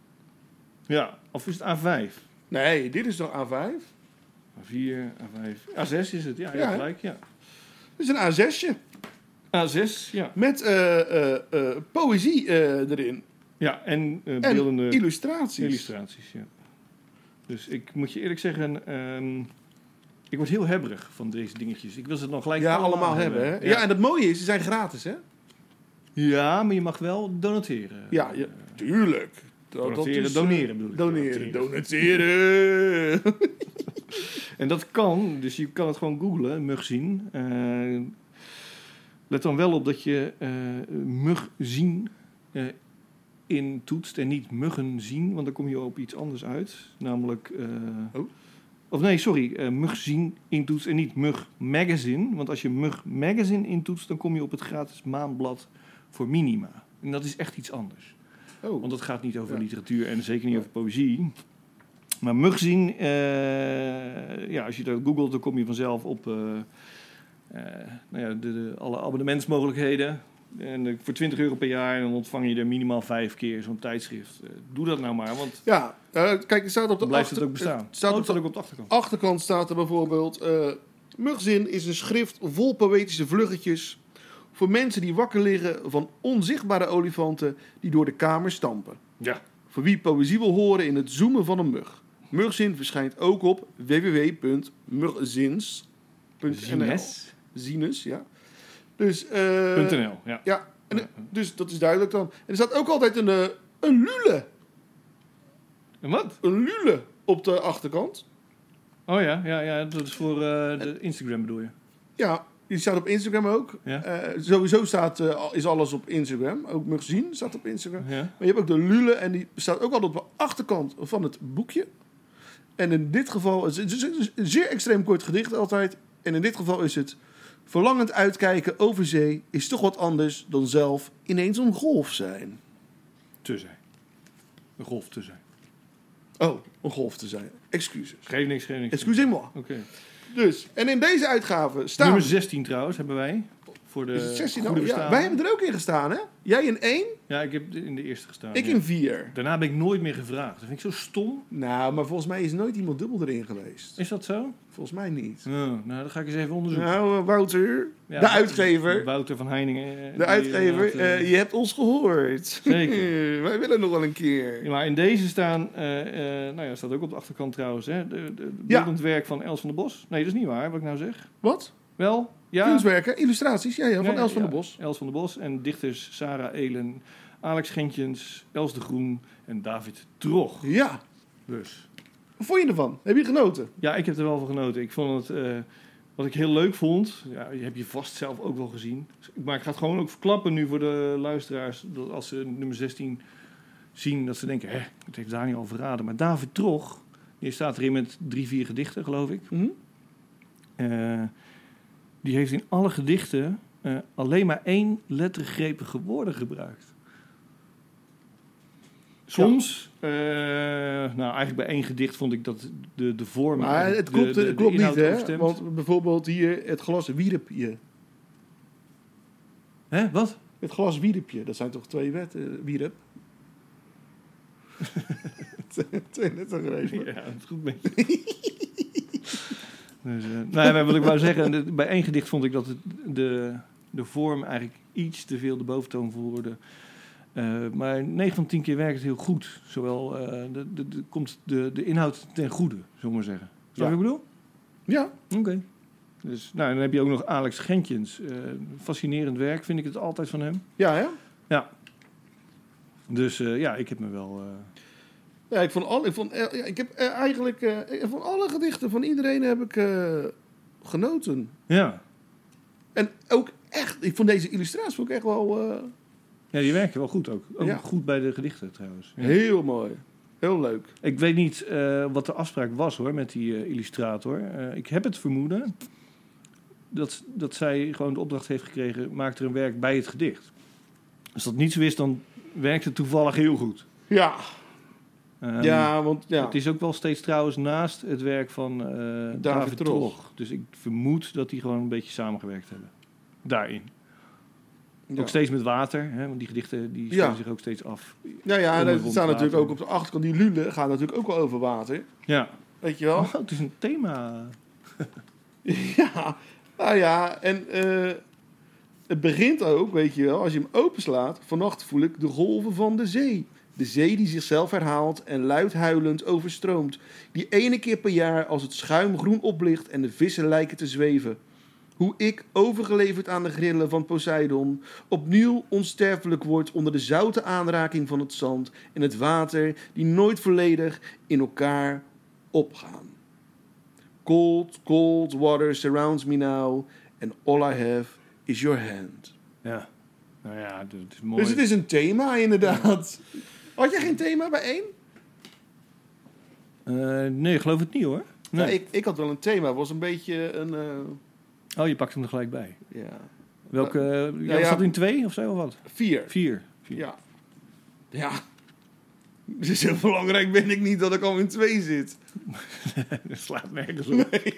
Ja, of is het A vijf?
Nee, dit is toch A vijf?
A vier, A vijf. A zes is het, ja, ja,
ja
gelijk, ja.
Het is een A zesje.
A zes, ja.
Met uh, uh, uh, poëzie uh, erin.
Ja, en uh, beeldende...
En illustraties.
Illustraties, ja. Dus ik moet je eerlijk zeggen... Um, ik word heel hebberig van deze dingetjes. Ik wil ze dan gelijk
ja,
allemaal,
allemaal hebben. Hè? Ja. ja, en het mooie is, ze zijn gratis, hè?
Ja, maar je mag wel donateren.
Ja, ja tuurlijk.
Donateren,
dat is,
doneren bedoel ik.
Doneren, donateren.
En dat kan, dus je kan het gewoon googlen, mugzin. Uh, let dan wel op dat je uh, mugzin uh, intoetst en niet muggen zien, want dan kom je op iets anders uit. Namelijk... Uh,
oh.
Of nee, sorry, uh, mugzin intoetst en niet mug magazine. Want als je mug magazine intoetst, dan kom je op het gratis maandblad voor minima. En dat is echt iets anders.
Oh.
Want dat gaat niet over ja. literatuur en zeker niet
ja.
over poëzie. Maar mugzin, uh, ja, als je dat googelt, dan kom je vanzelf op uh, uh, nou ja, de, de, alle abonnementsmogelijkheden. En uh, voor twintig euro per jaar en dan ontvang je er minimaal vijf keer zo'n tijdschrift. Uh, doe dat nou maar, want
ja, uh, kijk, het staat op de
blijft
achter...
het ook bestaan.
Het staat
oh,
op
staat
de
ook op de achterkant.
achterkant staat er bijvoorbeeld... Uh, Mugzin is een schrift vol poëtische vluggetjes... voor mensen die wakker liggen van onzichtbare olifanten... die door de kamer stampen.
Ja.
Voor wie poëzie wil horen in het zoomen van een mug. Mugzin verschijnt ook op w w w punt mugzins punt n l. Zines, ja. Dus, uh,
.nl, ja.
Ja, en, dus dat is duidelijk dan. En er staat ook altijd een, uh, een lule.
Een wat?
Een lule op de achterkant.
Oh ja, ja, ja dat is voor uh, de Instagram bedoel je?
Ja, die staat op Instagram ook.
Ja.
Uh, sowieso staat, uh, is alles op Instagram. Ook Mugzin staat op Instagram.
Ja.
Maar je hebt ook de lule en die staat ook altijd op de achterkant van het boekje. En in dit geval is het een zeer extreem kort gedicht altijd. En in dit geval is het... Verlangend uitkijken over zee is toch wat anders dan zelf ineens een golf zijn.
Te zijn. Een golf te zijn.
Oh, een golf te zijn. Excuses.
Geef niks, geef niks.
Excusez-moi.
Oké. Okay.
Dus, en in deze uitgave staan...
Nummer zestien trouwens hebben wij. Voor de
is het zestien?
goede
Oh, ja,
bestaan.
wij hebben er ook in gestaan, hè? Jij in één?
Ja, ik heb in de eerste gestaan.
Ik
ja.
in vier.
Daarna ben ik nooit meer gevraagd. Dat vind ik zo stom.
Nou, maar volgens mij is nooit iemand dubbel erin geweest.
Is dat zo?
Volgens mij niet.
Oh, nou, dan ga ik eens even onderzoeken.
Nou, Wouter,
ja,
de uitgever.
Wouter van Heiningen.
De uitgever, uh, uh, je hebt ons gehoord.
Zeker.
Wij willen nog wel een keer.
Ja, maar in deze staan, uh, uh, nou ja, staat ook op de achterkant trouwens, hè, de, de, de beeldend ja. werk van Els van der Bos. Nee, dat is niet waar, wat ik nou zeg.
Wat?
Wel, ja.
Kunstwerken, illustraties, ja, ja van
nee,
Els van
ja,
der Bos.
Els van der Bos en dichters Sarah Elen, Alex Gentjens, Els de Groen en David Trog.
Ja.
Dus.
Wat vond je ervan? Heb je genoten?
Ja, ik heb er wel van genoten. Ik vond het, uh, wat ik heel leuk vond, ja, je hebt je vast zelf ook wel gezien. Maar ik ga het gewoon ook verklappen nu voor de luisteraars, dat als ze nummer zestien zien, dat ze denken, hè, dat heeft Daniel al verraden. Maar David Trog, die staat erin met drie, vier gedichten, geloof ik.
Mm-hmm.
Uh, die heeft in alle gedichten uh, uh, alleen maar één lettergrepige woorden gebruikt. Soms, ja. uh, nou eigenlijk bij één gedicht vond ik dat de, de vorm...
Maar het
de,
klopt,
de, de,
het klopt
de
niet, hè?
overstemt.
Want bijvoorbeeld hier het glas wierpje.
Hè, wat?
Het glas wierpje, dat zijn toch twee wetten, wierp? Twee lettergrepen.
Ja, dat is goed met je. dus, uh, nou, ja, wat ik wou zeggen, bij één gedicht vond ik dat het, de, de vorm eigenlijk iets te veel de boventoon voerde. Uh, maar negen van tien keer werkt het heel goed. Zowel uh, de, de, de, komt de, de inhoud ten goede, zullen we maar zeggen. Snap je
Ja.
wat ik bedoel?
Ja.
Oké. Okay. Dus, nou, dan heb je ook nog Alex Gentjens. Uh, fascinerend werk, vind ik het altijd van hem.
Ja, hè?
Ja. Dus uh, ja, ik heb me wel... Uh...
Ja, ik vond, al, ik vond, uh, ja, ik heb uh, eigenlijk uh, van alle gedichten van iedereen heb ik uh, genoten.
Ja.
En ook echt, ik vond deze illustratie vond ik echt wel... Uh,
Ja, die werken wel goed ook. Ook
ja.
goed bij de gedichten trouwens. Ja.
Heel mooi. Heel leuk.
Ik weet niet uh, wat de afspraak was hoor met die uh, illustrator. Uh, ik heb het vermoeden dat, dat zij gewoon de opdracht heeft gekregen... maak er een werk bij het gedicht. Als dat niet zo is, dan werkt het toevallig heel goed.
Ja.
Um,
ja, want ja.
Het is ook wel steeds trouwens naast het werk van uh, David, David
Trog.
Trog. Dus ik vermoed dat die gewoon een beetje samengewerkt hebben. Daarin.
Ja.
Ook steeds met water, hè, want die gedichten die spelen
Ja.
zich ook steeds af.
Ja, ja, en
Onder
dat
rond
staat natuurlijk
water.
ook op de achterkant. Die lule gaat natuurlijk ook wel over water.
Ja.
Weet je wel?
Oh, het is een thema.
Ja, nou ja, en uh, het begint ook, weet je wel, als je hem openslaat. Vannacht voel ik de golven van de zee. De zee die zichzelf herhaalt en luid huilend overstroomt. Die ene keer per jaar als het schuim groen oplicht en de vissen lijken te zweven. Hoe ik, overgeleverd aan de grillen van Poseidon, opnieuw onsterfelijk word onder de zoute aanraking van het zand en het water die nooit volledig in elkaar opgaan. Cold, cold water surrounds me now and all I have is your hand.
Ja, nou ja, dat is mooi.
Dus het is een thema inderdaad. Had jij geen thema bij één?
Uh, nee, ik geloof het niet hoor. Nee.
Ja, ik, ik had wel een thema. Het was een beetje een... Uh...
Oh, je pakt hem er gelijk bij.
Ja.
Welke? Uh,
ja,
ja,
ja.
zat in twee of zo of wat?
Vier.
Vier. Vier.
Ja. Ja. Dus heel belangrijk ben ik niet dat ik al in twee zit.
Dat slaat nergens op. Nee.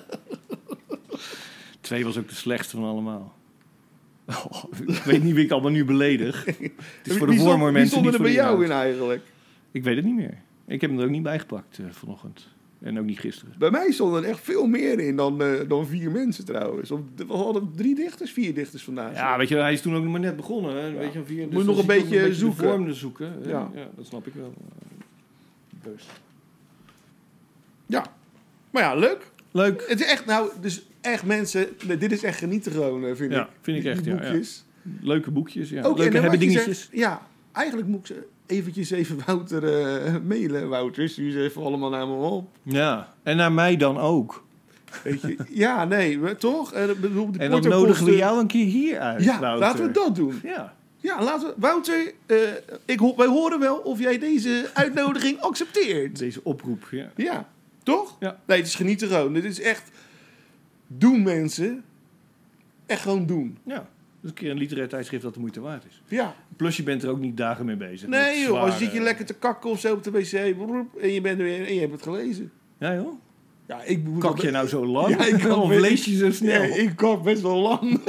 Twee was ook de slechtste van allemaal. Oh, ik weet niet wie ik allemaal nu beledig. Het is voor de
wie
vorm hoor, mensen.
Wie stonden er bij jou
inhoud.
in eigenlijk?
Ik weet het niet meer. Ik heb hem er ook niet bijgepakt uh, vanochtend. En ook niet gisteren.
Bij mij stonden er echt veel meer in dan, uh, dan vier mensen trouwens. Of, we hadden drie dichters, vier dichters vandaag.
Ja, weet je, hij is toen ook nog maar net begonnen. Hè? Ja. Weet je, vier, dus
moet nog een beetje,
een beetje
zoeken.
de vorm zoeken.
Ja.
ja, dat snap ik wel. Dus.
Ja, maar ja, leuk.
Leuk.
Het is echt, nou, dus echt mensen, dit is echt genieten gewoon, vind
ja,
ik.
vind ik
die,
echt,
die
ja,
boekjes.
Ja. Leuke boekjes, ja.
Ook,
Leuke
en
hebben
wat je
dingetjes.
zegt, ja, eigenlijk moet ik ze eventjes even Wouter uh, mailen. Wouter, stuur ze even allemaal naar me op.
Ja, en naar mij dan ook.
Weet je? Ja, nee, we, toch? En, bedoel, de
en dan
portokosten-
nodigen we jou een keer hier uit,
Ja,
Wouter.
laten we dat doen.
Ja.
Ja, laten we... Wouter, uh, ik, ho- wij horen wel of jij deze uitnodiging accepteert.
Deze oproep, ja.
Ja, toch?
Ja.
Nee, het is genieten gewoon. Dit is echt... Doen mensen. Echt gewoon doen.
Ja, dat is een keer een literair tijdschrift dat de moeite waard is.
Ja.
Plus je bent er ook niet dagen mee bezig.
Nee
met
joh, als
zware-
zit je lekker te kakken of zo op de wc. En je bent er weer en je hebt het gelezen.
Ja joh?
Ja, ik moet
Kak je nou zo lang?
Ja, ik kan
of
best-
lees je zo snel?
Ja, ik kak best wel lang.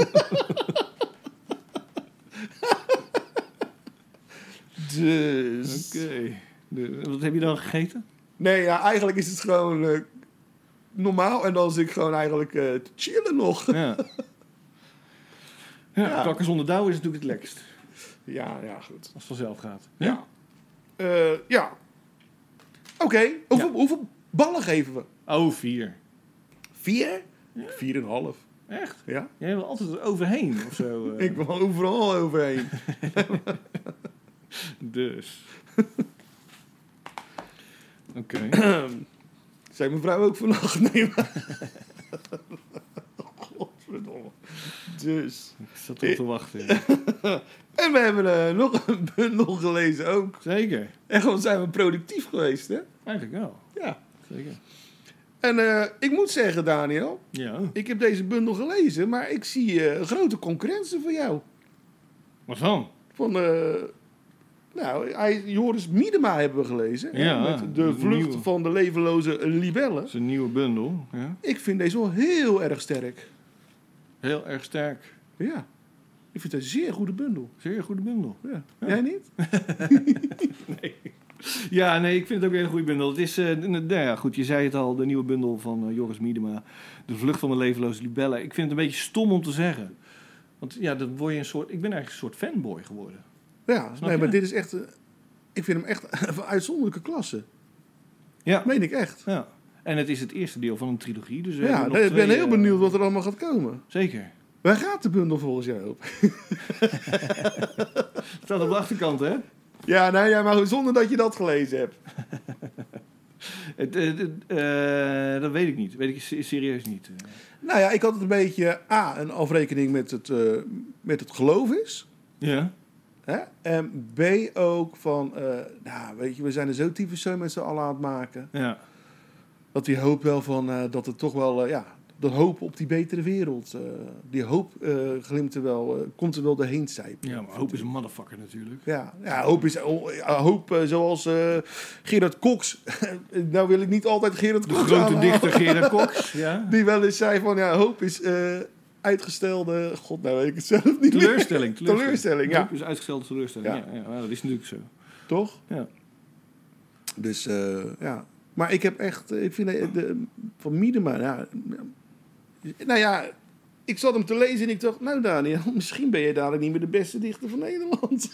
Dus...
Oké. Okay. Wat heb je dan gegeten?
Nee, ja, eigenlijk is het gewoon uh, normaal. En dan zit ik gewoon eigenlijk uh, te chillen nog.
Ja. Ja,
Ja.
kakken zonder dauw is natuurlijk het lekkerst.
Ja, ja, goed.
Als het vanzelf gaat.
Ja. Uh, ja. Oké, okay. hoeveel,
Ja.
hoeveel ballen geven we?
Oh, vier.
Vier?
Ja.
Vier en een half.
Echt?
Ja?
Jij wil altijd er overheen of zo. Uh.
Ik wil overal overheen.
Dus. Oké. Okay.
Zei mijn vrouw ook vannacht? Nee, maar... Godverdomme. Dus.
Ik zat erop te wachten. Ja.
En we hebben uh, nog een bundel gelezen ook.
Zeker.
En gewoon zijn we productief geweest, hè?
Eigenlijk wel.
Ja.
Zeker.
En uh, ik moet zeggen, Daniel,
Ja.
ik heb deze bundel gelezen, maar ik zie uh, een grote concurrentie van jou.
Wat dan?
Van, uh, nou, hij, Joris Miedema hebben we gelezen.
Ja,
hè, met de
de
vlucht
nieuwe.
van de levenloze libellen.
Dat is een nieuwe bundel. Ja.
Ik vind deze wel heel erg sterk.
Heel erg sterk.
Ja, ik vind het een zeer goede bundel.
Zeer goede bundel.
Ja.
Ja.
Jij niet?
Nee. Ja, nee, ik vind het ook een hele goede bundel. Het is, uh, nou ja, goed, je zei het al, de nieuwe bundel van uh, Joris Miedema. De vlucht van de levenloze libellen. Ik vind het een beetje stom om te zeggen. Want ja, dan word je een soort... Ik ben eigenlijk een soort fanboy geworden.
Ja,
Snap
nee,
je?
maar dit is echt... Uh, ik vind hem echt van uitzonderlijke klasse.
Ja.
Dat meen ik echt.
Ja. En het is het eerste deel van een trilogie. Dus we
Ja,
hebben nog
nee, ik ben
twee,
heel
uh,
benieuwd wat er allemaal gaat komen.
Zeker.
Waar gaat de bundel volgens jou op?
Het staat op de achterkant, hè?
Ja, nou ja, maar zonder dat je dat gelezen hebt.
Het, uh, uh, dat weet ik niet. Weet ik se- serieus niet.
Nou ja, ik had het een beetje... A, een afrekening met het, uh, met het geloof is.
Ja.
Hè? En B, ook van... Uh, nou, weet je, we zijn er zo tyfus zo met z'n allen aan het maken.
Ja.
Dat die hoop wel van... Uh, dat het toch wel... Uh, ja, de hoop op die betere wereld. Uh, die hoop uh, glimt er wel... Uh, komt er wel doorheen sijpen.
Ja, maar hoop is een motherfucker natuurlijk.
Ja, ja, hoop is... Oh, ja, hoop uh, zoals uh, Gerard Cox. Nou wil ik niet altijd Gerard
De
Cox
grote
aanhalen.
dichter Gerard Cox. Ja.
Die wel eens zei van... Ja, hoop is... Uh, uitgestelde... God, nou weet ik het zelf niet meer.
Teleurstelling.
Teleurstelling, ja.
Hoop is uitgestelde teleurstelling. Ja.
Ja.
Ja, ja, dat is natuurlijk zo.
Toch?
Ja.
Dus, uh, ja. Maar ik heb echt... Ik vind de, de, van Miedema... Ja, nou ja... Ik zat hem te lezen en ik dacht... Nou Daniel, misschien ben je dadelijk niet meer de beste dichter van Nederland.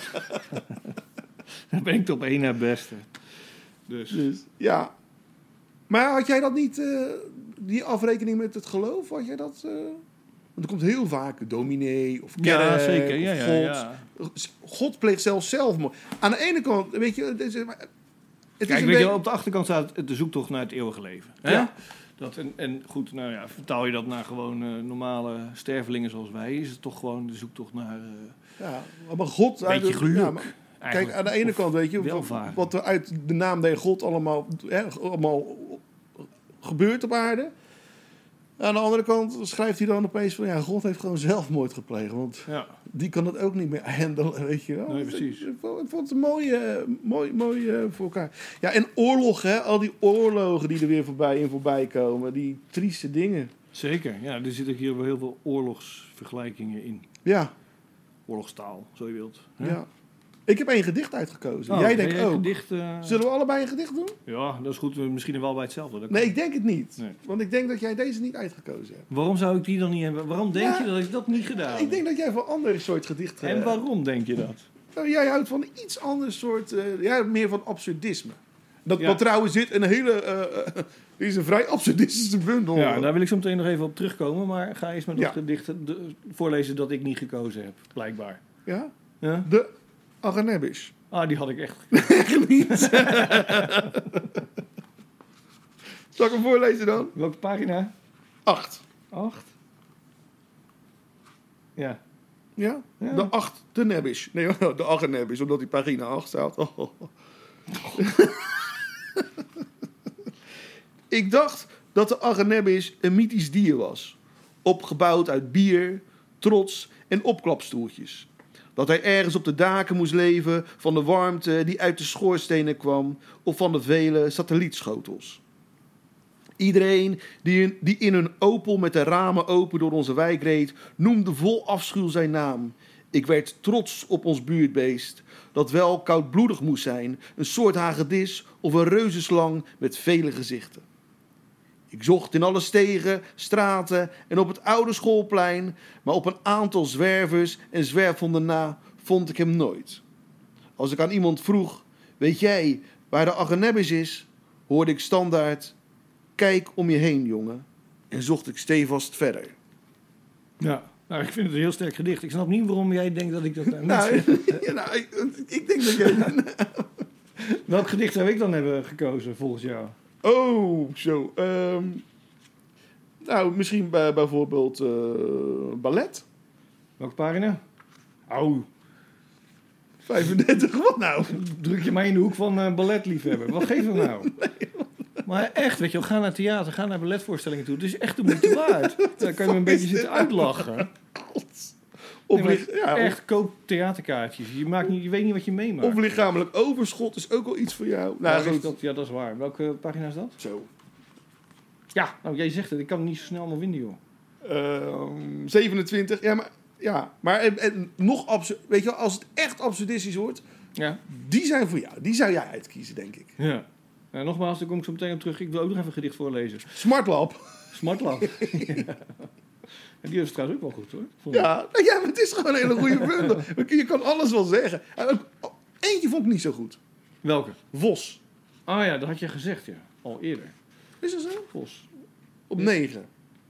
Dan ben ik top één naar beste. Dus.
Dus, ja. Maar had jij dat niet... Uh, die afrekening met het geloof? Had jij dat... Uh, want er komt heel vaak dominee of kerk.
Ja, zeker. Ja,
of
ja,
God.
ja.
God pleegt zelfs zelfmoord. Aan de ene kant, weet je... Het is, het is
Kijk,
een
weet je,
beetje-
op de achterkant staat de zoektocht naar het eeuwige leven. Hè?
Ja.
Dat, en, en goed, nou ja, vertaal je dat naar gewoon uh, normale stervelingen zoals wij, is het toch gewoon de zoektocht naar uh,
Ja, maar God...
een beetje
uit-
geluk.
ja, maar- Kijk,
eigenlijk.
aan de ene
Of
kant, weet je,
welvaren.
wat er uit de naam der God allemaal, hè, allemaal gebeurt op aarde. Aan de andere kant schrijft hij dan opeens van, ja, God heeft gewoon zelfmoord gepleegd. Want
Ja.
die kan het ook niet meer handelen, weet je wel.
Nee, precies.
Ik vond, ik vond het mooi, uh, mooi, mooi uh, voor elkaar. Ja, en oorlog, hè, al die oorlogen die er weer voorbij in voorbij komen. Die trieste dingen.
Zeker, ja, er zitten hier wel heel veel oorlogsvergelijkingen in.
Ja,
Oorlogstaal, zo je wilt. Hè?
ja. Ik heb één gedicht uitgekozen.
Oh,
Jij
heb
denkt
jij een
ook.
Gedicht, uh...
Zullen we allebei een gedicht doen?
Ja, dat is goed. Misschien wel bij hetzelfde. Dat
Nee,
kan.
ik denk het niet.
Nee.
Want ik denk dat jij deze niet uitgekozen hebt.
Waarom zou ik die dan niet hebben? Waarom denk
Ja,
je dat ik dat niet gedaan heb?
Ik denk dat jij van een ander soort gedicht...
En
eh,
waarom denk je dat?
nou, jij houdt van een iets ander soort... eh ja, meer van absurdisme. Dat
Ja.
wat trouwens zit een hele... eh, eh, dit is een vrij absurdistische bundel.
Ja, daar wil ik zo meteen nog even op terugkomen. Maar ga eerst maar dat
Ja.
gedicht de- voorlezen dat ik niet gekozen heb, blijkbaar.
Ja?
Ja?
De Agnebisch.
Ah, die had ik echt.
Echt niet. Zal ik hem voorlezen dan?
Welke pagina?
Acht.
Acht. Ja.
Ja?
Ja.
De acht de Nebbisch. Nee, de Agnebisch, omdat die pagina acht staat. Oh. Ik dacht dat de Agnebisch een mythisch dier was. Opgebouwd uit bier, trots en opklapstoeltjes. Dat hij ergens op de daken moest leven van de warmte die uit de schoorstenen kwam of van de vele satellietschotels. Iedereen die in, die in een Opel met de ramen open door onze wijk reed, noemde vol afschuw zijn naam. Ik werd trots op ons buurtbeest, dat wel koudbloedig moest zijn, een soort hagedis of een reuzenslang met vele gezichten. Ik zocht in alle stegen, straten en op het oude schoolplein, maar op een aantal zwervers en zwerfhonden na vond ik hem nooit. Als ik aan iemand vroeg, weet jij waar de Agnebisch is, hoorde ik standaard, kijk om je heen, jongen, en zocht ik stevast verder.
Ja. Nou, ik vind het een heel sterk gedicht. Ik snap niet waarom jij denkt dat ik dat nou
Nou,
niet...
ja, nou ik, ik denk dat jij...
Welk gedicht zou ik dan hebben gekozen, volgens jou?
Oh, zo. Um, nou, misschien bij, bijvoorbeeld uh, ballet.
Welke pagina? Au,
vijfendertig, wat nou?
druk je mij in de hoek van uh, balletliefhebber. Wat geef hem nou? Maar echt, weet je wel, ga naar theater, ga naar balletvoorstellingen toe. Het is echt de moeite waard. Dan kan je me een beetje zitten uitlachen.
Of,
Nee,
lich- ja,
echt, koop theaterkaartjes. Je, maakt niet, je weet niet wat je meemaakt.
of lichamelijk overschot is ook wel iets voor jou. Nou,
Nou,
goed.
dat, ja, dat is waar. Welke pagina is dat?
Zo.
Ja, nou, jij zegt het. Ik kan het niet zo snel allemaal vinden, joh.
Ehm, zevenentwintig. Ja, maar, ja, maar en, en nog absurd. Weet je wel, als het echt absurdistisch wordt,
Ja.
die zijn voor jou. Die zou jij uitkiezen, denk ik.
Ja. Nou, nogmaals, daar kom ik zo meteen op terug. Ik wil ook nog even een gedicht voorlezen.
Smartlab.
Smartlab. Ja. En die is trouwens ook wel goed, hoor. Vond ik.
Ja, nou ja, maar het is gewoon een hele goede bundel. Je kan alles wel zeggen. En ook- oh, eentje vond ik niet zo goed.
Welke?
Vos.
Ah ja, dat had je gezegd, ja. Al eerder.
Is dat zo?
Vos.
Op negen.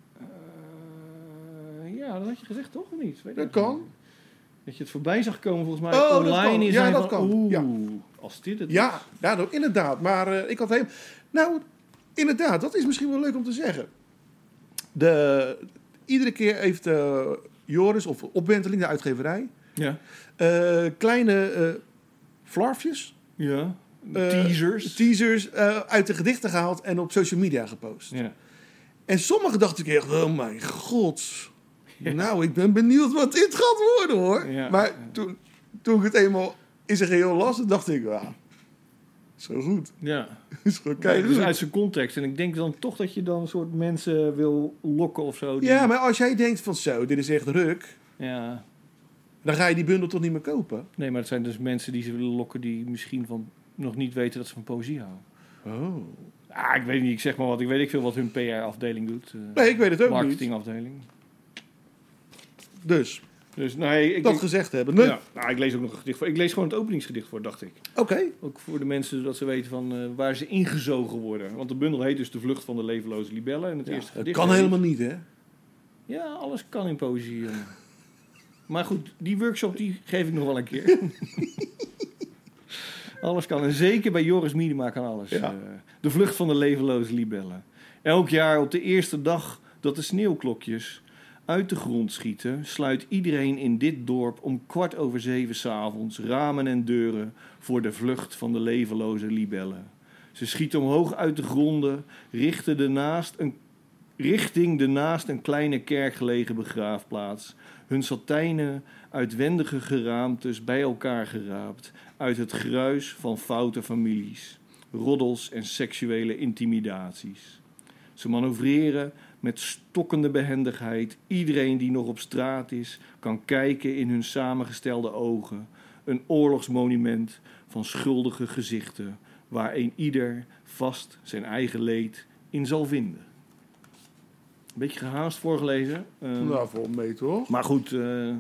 Eh, ja, dat had je gezegd, toch? Of niet? Weet
Dat
ik
kan.
niet. Dat je het voorbij zag komen, volgens mij.
Oh, dat
online
kan.
is
Ja,
hij
dat
van,
kan.
Oeh,
Ja.
als dit het
Ja,
is.
ja nou, inderdaad. Maar eh, ik had helemaal... Nou, inderdaad, dat is misschien wel leuk om te zeggen. De, iedere keer heeft eh, Joris, of Opwenteling, de uitgeverij,
Ja.
eh, kleine eh flarfjes,
Ja.
eh,
Teasers.
teasers eh, uit de gedichten gehaald en op social media gepost.
ja.
En sommige dacht ik echt, oh mijn god. Nou, ik ben benieuwd wat dit gaat worden, hoor.
Ja.
Maar toen, toen ik het eenmaal in zijn geheel las, dacht ik, ja, is gewoon goed.
Ja.
Is gewoon
Kijk,
kijk,
dus uit zijn context. En ik denk dan toch dat je dan een soort mensen wil lokken of zo. die-
Ja, maar als jij denkt van zo, dit is echt ruk,
Ja.
dan ga je die bundel toch niet meer kopen?
Nee, maar het zijn dus mensen die ze willen lokken die misschien van nog niet weten dat ze van poëzie houden.
Oh.
Ah, ik weet niet, ik zeg maar wat. Ik weet ik veel wat hun P R-afdeling doet. eh,
Nee, ik weet het ook niet.
marketingafdeling.
Dus,
Dus nee, ik
dat
denk-
gezegd hebben. Nee.
ja, nou, ik lees ook nog een gedicht voor. Ik lees gewoon het openingsgedicht voor, dacht ik.
Oké.
Ook voor de mensen, zodat ze weten van eh, waar ze ingezogen worden. Want de bundel heet dus De Vlucht van de Levenloze Libellen. En het
Ja,
eerste
het
gedicht
kan
heet-
helemaal niet, hè?
Ja, alles kan in poëzie, jongen. Maar goed, die workshop die geef ik nog wel een keer. Alles kan. En zeker bij Joris Miedema kan alles.
Ja.
Eh, de Vlucht van de Levenloze Libellen. Elk jaar op de eerste dag dat de sneeuwklokjes uit de grond schieten, sluit iedereen in dit dorp om kwart over zeven 's avonds ramen en deuren voor de vlucht van de levenloze libellen. Ze schieten omhoog uit de gronden, richten de naast een, richting de naast een kleine kerk gelegen begraafplaats. Hun satijnen uitwendige geraamtes bij elkaar geraapt uit het gruis van foute families, roddels en seksuele intimidaties. Ze manoeuvreren met stokkende behendigheid. Iedereen die nog op straat is, kan kijken in hun samengestelde ogen. Een oorlogsmonument van schuldige gezichten, waar een ieder vast zijn eigen leed in zal vinden. Een beetje gehaast voorgelezen. Uh,
Nou, vol mee, toch?
maar goed, uh,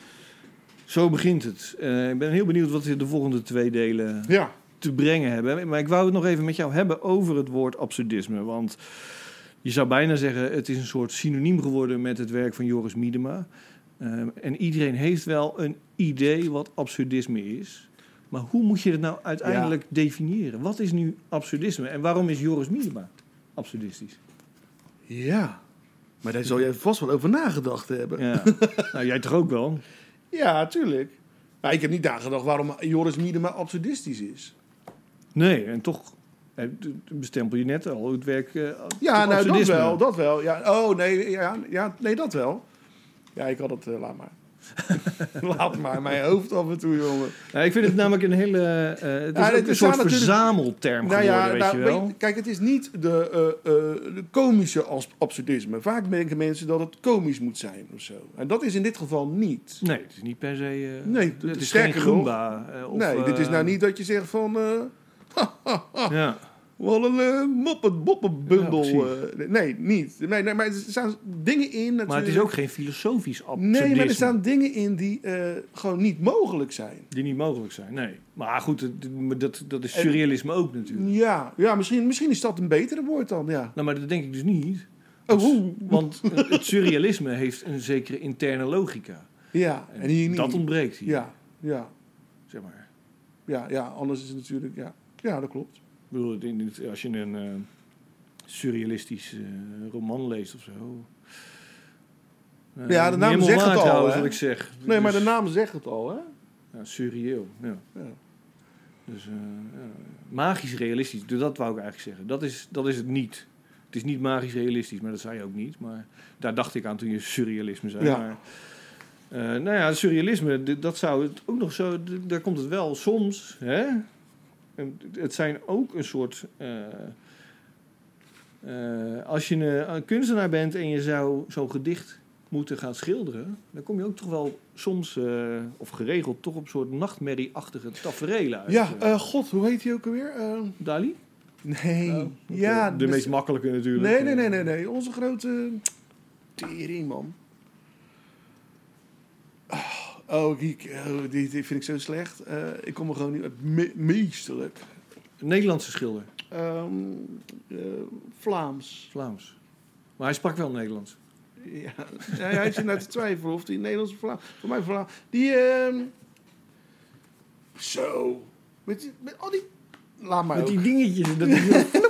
zo begint het. Uh, ik ben heel benieuwd wat de volgende twee delen
Ja.
te brengen hebben. Maar ik wou het nog even met jou hebben over het woord absurdisme. Want je zou bijna zeggen, het is een soort synoniem geworden met het werk van Joris Miedema. Uh, en iedereen heeft wel een idee wat absurdisme is. Maar hoe moet je het nou uiteindelijk ja. definiëren? Wat is nu absurdisme? En waarom is Joris Miedema absurdistisch?
Ja, maar daar zal jij vast wel over nagedacht hebben.
Ja. Nou, jij toch ook wel?
Ja, tuurlijk. Maar ik heb niet nagedacht waarom Joris Miedema absurdistisch is.
Nee, en toch eh, bestempel je net al het werk. Uh,
ja, nou dat wel, dat wel. Ja, oh nee, ja, ja, nee, dat wel. Ja, ik had het, uh, laat maar. Laat maar, mijn hoofd af en toe, jongen.
Ja, ik vind het namelijk een hele... Uh, het is
ja,
ook een soort verzamelterm
nou
geworden,
ja,
weet
nou,
je wel.
Weet, kijk, het is niet de, uh, uh, de komische absurdisme. Vaak denken mensen dat het komisch moet zijn of zo. En dat is in dit geval niet.
Nee, het is niet per se... Uh,
nee,
het is
sterker
geen Goomba. Uh, of,
nee,
uh,
dit is nou niet dat je zegt van... Uh, ha, ha, ha.
Ja.
Wat een uh, moppet, boppenbundel.
Ja,
uh, nee, niet. Nee, nee, maar er staan dingen in...
Maar het is ook geen filosofisch absurdisme.
Nee, maar er staan dingen in die uh, gewoon niet mogelijk zijn.
Die niet mogelijk zijn, nee. Maar goed, dat, dat is surrealisme en, ook natuurlijk.
Ja, ja misschien, misschien is dat een betere woord dan, ja.
Nou, maar dat denk ik dus niet.
Oh, hoe?
Want het surrealisme heeft een zekere interne logica.
Ja, en hier niet.
Dat ontbreekt hier.
Ja, ja.
Zeg maar.
Ja, ja, anders is het natuurlijk... Ja, ja dat klopt.
Ik bedoel, als je een uh, surrealistisch uh, roman leest of zo...
Uh, ja, de naam zegt het al,
houden,
hè?
Wat ik zeg.
Nee,
dus,
maar de naam zegt het al, hè?
Ja, surreëel, ja.
ja.
Dus uh, ja, magisch realistisch, dus dat wou ik eigenlijk zeggen. Dat is, dat is het niet. Het is niet magisch realistisch, maar dat zei je ook niet. Maar daar dacht ik aan toen je surrealisme zei.
Ja.
Maar, uh, nou ja, surrealisme, dat zou het ook nog zo... Daar komt het wel soms, hè? Het zijn ook een soort... Uh, uh, als je een, een kunstenaar bent en je zou zo'n gedicht moeten gaan schilderen, dan kom je ook toch wel soms, uh, of geregeld, toch op een soort nachtmerrieachtige taferelen uit.
Ja, uh, god, hoe heet hij ook alweer? Uh...
Dali?
Nee.
Oh,
ja,
de, de
dus...
meest makkelijke natuurlijk.
Nee, nee, nee, nee, nee. Onze grote tering, man. Oh, die, die, die vind ik zo slecht. Uh, ik kom er gewoon niet uit. Me- meesterlijk.
Een Nederlandse schilder.
Um, uh, Vlaams.
Vlaams. Maar hij sprak wel Nederlands.
Ja, hij, hij zit nou te twijfelen of hij Nederlands of Vlaams. Voor mij Vlaams. Die, uh, zo. Met, met al die... Laat maar
Met
ook.
die dingetjes. Dat, is wel...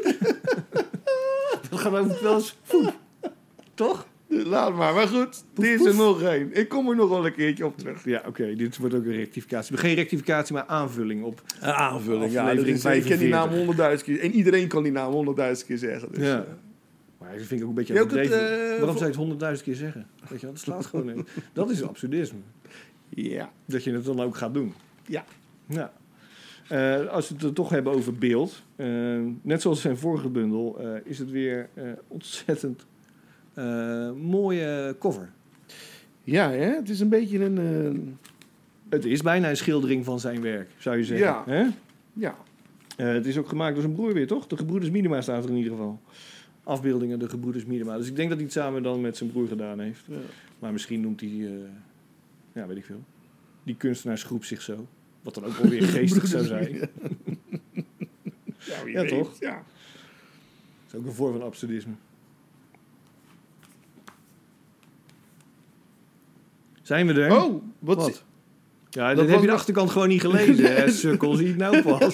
dat gaat ook wel eens... Voep. Toch?
Laat maar. Maar goed,
Poef,
dit is er nog één. Ik kom er nog wel een keertje op terug.
Ja, oké. Okay, dit wordt ook een rectificatie. Geen rectificatie, maar aanvulling op...
Een aanvulling, ja.
Aflevering
Is, ik ken die naam
vijfenveertig.
honderdduizend keer. En iedereen kan die naam honderdduizend keer zeggen. Dus,
Ja.
uh,
Maar dat vind ik ook een beetje
Je ook het,
overdreven.
uh,
Waarom
vol-
zou je het honderdduizend keer zeggen? Weet je wel, dat slaat gewoon in. Dat is absurdisme.
ja.
Dat je het dan ook gaat doen.
Ja.
Ja. Uh, als we het er toch hebben over beeld. Uh, net zoals zijn vorige bundel uh, is het weer uh, ontzettend uh, mooie cover.
Ja, hè? Het is een beetje een... Uh,
Het is bijna een schildering van zijn werk, zou je zeggen.
Ja.
Hè?
ja.
Uh, het is ook gemaakt door zijn broer weer, toch? De Gebroeders Minima staat er in ieder geval. Afbeeldingen, de Gebroeders Minima. Dus ik denk dat hij het samen dan met zijn broer gedaan heeft.
Ja.
Maar misschien noemt hij... Uh, ja, weet ik veel. Die kunstenaarsgroep zich zo. Wat dan ook wel weer geestig zou zijn.
Ja, wie
Ja,
weet.
toch?
Ja.
Dat is ook een vorm van absurdisme. Zijn we er?
Oh, wat...
Wat?
zi-
Ja,
Dat
dat heb
was
je de
nog-
achterkant gewoon niet gelezen. Hè? Sukkel, zie je het nou pas.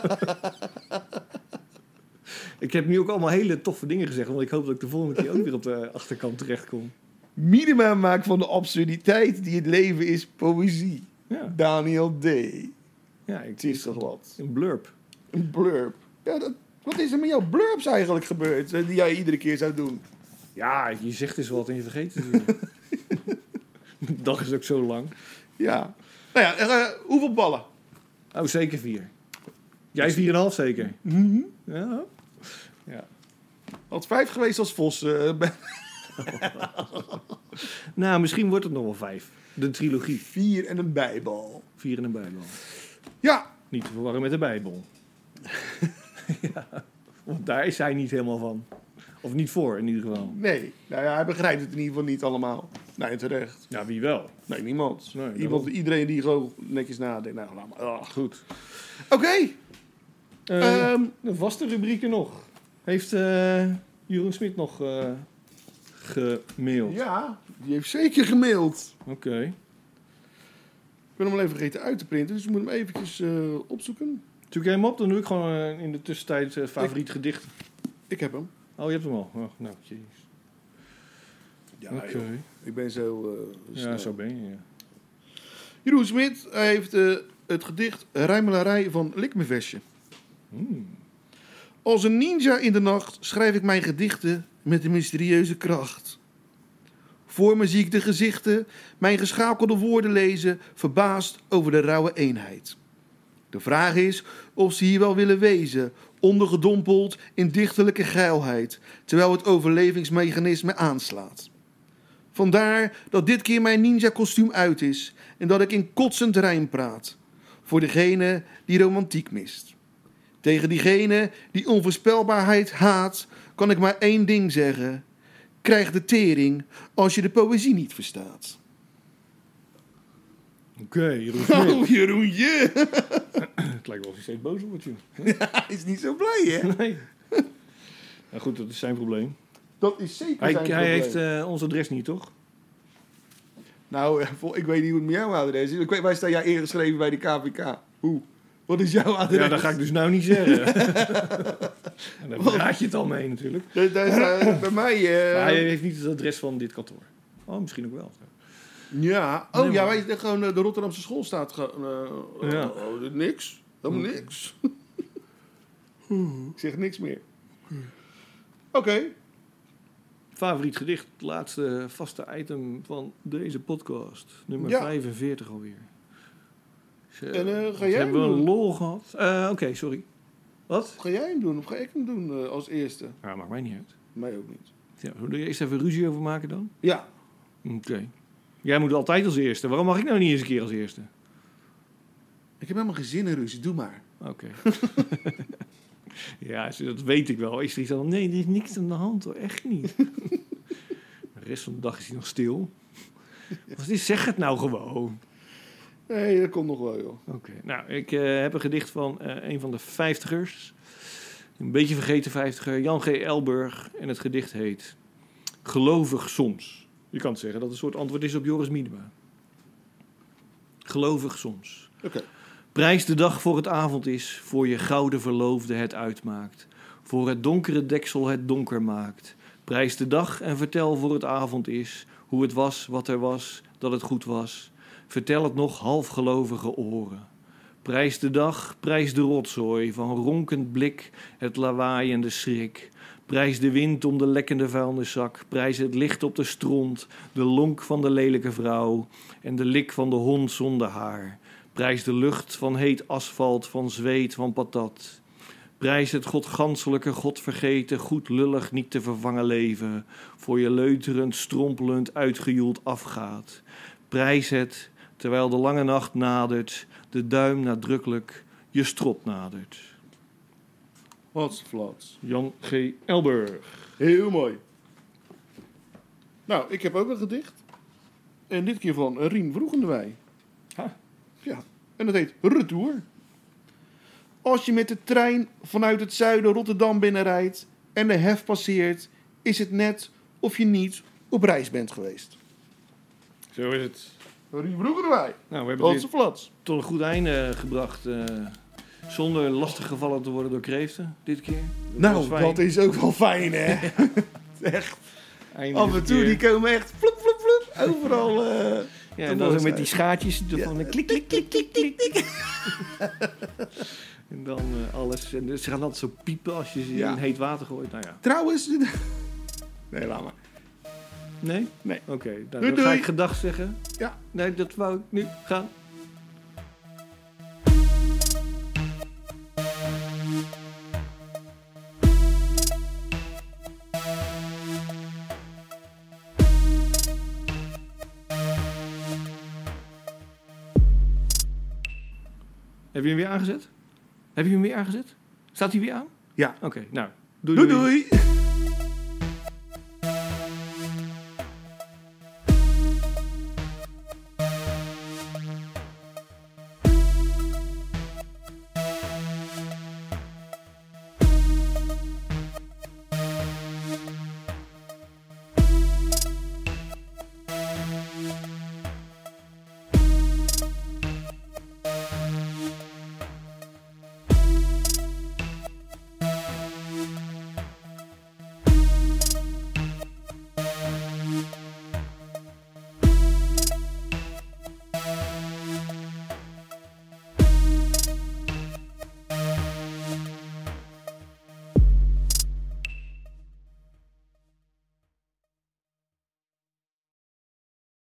Ik heb nu ook allemaal hele toffe dingen gezegd. Want ik hoop dat ik de volgende keer ook weer op de achterkant terechtkom.
Minima maakt van de absurditeit die het leven is poëzie.
Ja,
Daniel D.
ja ik,
Het is toch wat?
een blurb.
Een blurb. Ja, dat, wat is er met jouw blurbs eigenlijk gebeurd? eh, Die jij iedere keer zou doen?
Ja, je zegt eens wat en je vergeet het weer. De dag is ook zo lang.
Ja. Nou ja, uh, hoeveel ballen?
Oh, zeker vier. Jij vier en een half zeker?
Mhm.
Ja. Ja.
Had vijf geweest als Vos. Uh, bij-
Nou, misschien wordt het nog wel vijf. De trilogie.
vier en een bijbal.
Vier en een Bijbel.
Ja.
Niet te verwarren met de Bijbel. Ja, want daar is hij niet helemaal van. Of niet voor, in ieder geval.
Nee. Nou ja, hij begrijpt het in ieder geval niet allemaal. Nee, terecht.
Ja, wie wel?
Nee, niemand.
Nee,
Iemand,
daarom.
iedereen die gewoon netjes nadenkt. Nou, laat maar. Ah.
Goed.
Oké.
Uh,
Ehm,
de vaste rubrieken nog. Heeft uh, Jeroen Smit nog uh, gemaild?
ja, die heeft zeker gemaild.
Oké. Okay.
Ik ben hem al even vergeten uit te printen, dus ik moet hem eventjes uh, opzoeken.
Zoek jij hem op? Dan doe ik gewoon uh, in de tussentijd uh, favoriet ik... gedicht.
Ik heb hem.
Oh, je hebt hem al. Oh, nou, jeez.
Ja,
Oké.
okay. Ik ben zo uh,
Ja, zo ben je, ja.
Jeroen Smit hij heeft uh, het gedicht Rijmelarij van Likmevestje.
Hmm.
Als een ninja in de nacht schrijf ik mijn gedichten met een mysterieuze kracht. Voor me zie ik de gezichten, mijn geschakelde woorden lezen, verbaasd over de rauwe eenheid. De vraag is of ze hier wel willen wezen, ondergedompeld in dichterlijke geilheid, terwijl het overlevingsmechanisme aanslaat. Vandaar dat dit keer mijn ninja-kostuum uit is en dat ik in kotsend rijm praat. Voor degene die romantiek mist. Tegen diegene die onvoorspelbaarheid haat, kan ik maar één ding zeggen. Krijg de tering als je de poëzie niet verstaat.
Oké, okay, Jeroen Smit.
Oh, Jeroenje.
Het lijkt wel of hij steeds boos wordt, joh.
Ja, hij is niet zo blij, hè?
Nee. Nou goed, dat is zijn probleem.
Dat is zeker
Hij,
zijn
hij
probleem.
heeft uh, ons adres niet, toch?
Nou, ik weet niet hoe het met jouw adres is. Ik weet, wij staan jij ingeschreven bij de K V K. Hoe? Wat is jouw adres?
Ja, dat ga ik dus nou niet zeggen. En daar praat je het al mee natuurlijk.
Daar, daar staat bij mij... Uh...
Maar hij heeft niet het adres van dit kantoor. Oh, misschien ook wel.
Ja. Oh
Nee,
ja,
maar-
wij, gewoon uh, de Rotterdamse school staat... Ge, uh,
Ja.
uh, uh, niks. Helemaal niks. Ik zeg niks meer. Oké. Okay.
Favoriet gedicht, het laatste vaste item van deze podcast. Nummer
Ja.
vijfenveertig alweer. Dus, uh,
En uh, ga
wat
jij hem
hebben we een
doen?
lol gehad? Uh, Oké, okay, sorry. Wat?
Ga jij hem doen of ga ik hem doen uh, als eerste?
Ja, maakt mij niet uit.
Mij ook niet.
Ja, zullen we er eerst even ruzie over maken dan?
Ja.
Oké. Okay. Jij moet altijd als eerste. Waarom mag ik nou niet eens een keer als eerste?
Ik heb helemaal geen zin in ruzie. Doe maar.
Oké. Okay. Ja, dat weet ik wel. Is er iets aan? Nee, er is niks aan de hand hoor. Echt niet. De rest van de dag is hij nog stil. Wat is, zeg het nou gewoon.
Nee, dat komt nog wel, joh.
Oké. Okay. Nou, ik uh, heb een gedicht van uh, een van de vijftigers. Een beetje vergeten vijftiger. Jan G. Elburg. En het gedicht heet Gelovig soms. Je kan het zeggen dat het een soort antwoord is op Joris Miedema. Gelovig soms.
Oké. Okay.
Prijs de dag voor het avond is, voor je gouden verloofde het uitmaakt. Voor het donkere deksel het donker maakt. Prijs de dag en vertel voor het avond is, hoe het was, wat er was, dat het goed was. Vertel het nog halfgelovige oren. Prijs de dag, prijs de rotzooi, van ronkend blik, het lawaai en de schrik. Prijs de wind om de lekkende vuilniszak, prijs het licht op de stront, de lonk van de lelijke vrouw en de lik van de hond zonder haar. Prijs de lucht van heet asfalt, van zweet, van patat. Prijs het godganselijke, godvergeten, goed lullig niet te vervangen leven, voor je leuterend, strompelend, uitgejoeld afgaat. Prijs het, terwijl de lange nacht nadert, de duim nadrukkelijk je strot nadert.
Wat flats.
Jan G. Elburg.
Heel mooi. Nou, ik heb ook een gedicht. En dit keer van Rien Vroegendewij.
Ha.
Ja, en dat heet Retour. Als je met de trein vanuit het zuiden Rotterdam binnenrijdt en de hef passeert, is het net of je niet op reis bent geweest.
Zo is het.
Rien Vroegendewij.
Nou, we hebben
Wat
dit
een flats.
tot een goed einde gebracht. Uh, zonder lastig gevallen te worden door kreeften, dit keer. Dat
Nou,
fijn.
dat is ook wel fijn, hè? Echt.
Eindelijk
Af en
een
toe,
keer.
die komen echt flup, flup, flup. Overal. Uh,
Ja, en dan zo met die schaartjes.
Ja.
Van de klik, klik, klik, klik, klik, klik. En dan uh, alles. En ze gaan altijd zo piepen als je ze
Ja.
in heet water gooit. Nou ja.
Trouwens. Nee, laat maar.
Nee?
Nee.
Oké, okay, nou,
Doei,
dan ga
doei.
ik gedag zeggen.
Ja.
Nee, dat wou ik nu gaan. Heb je hem weer aangezet? Heb je hem weer aangezet? Staat hij weer aan?
Ja.
Oké, okay, nou. Doei
Doei
doei.
doei.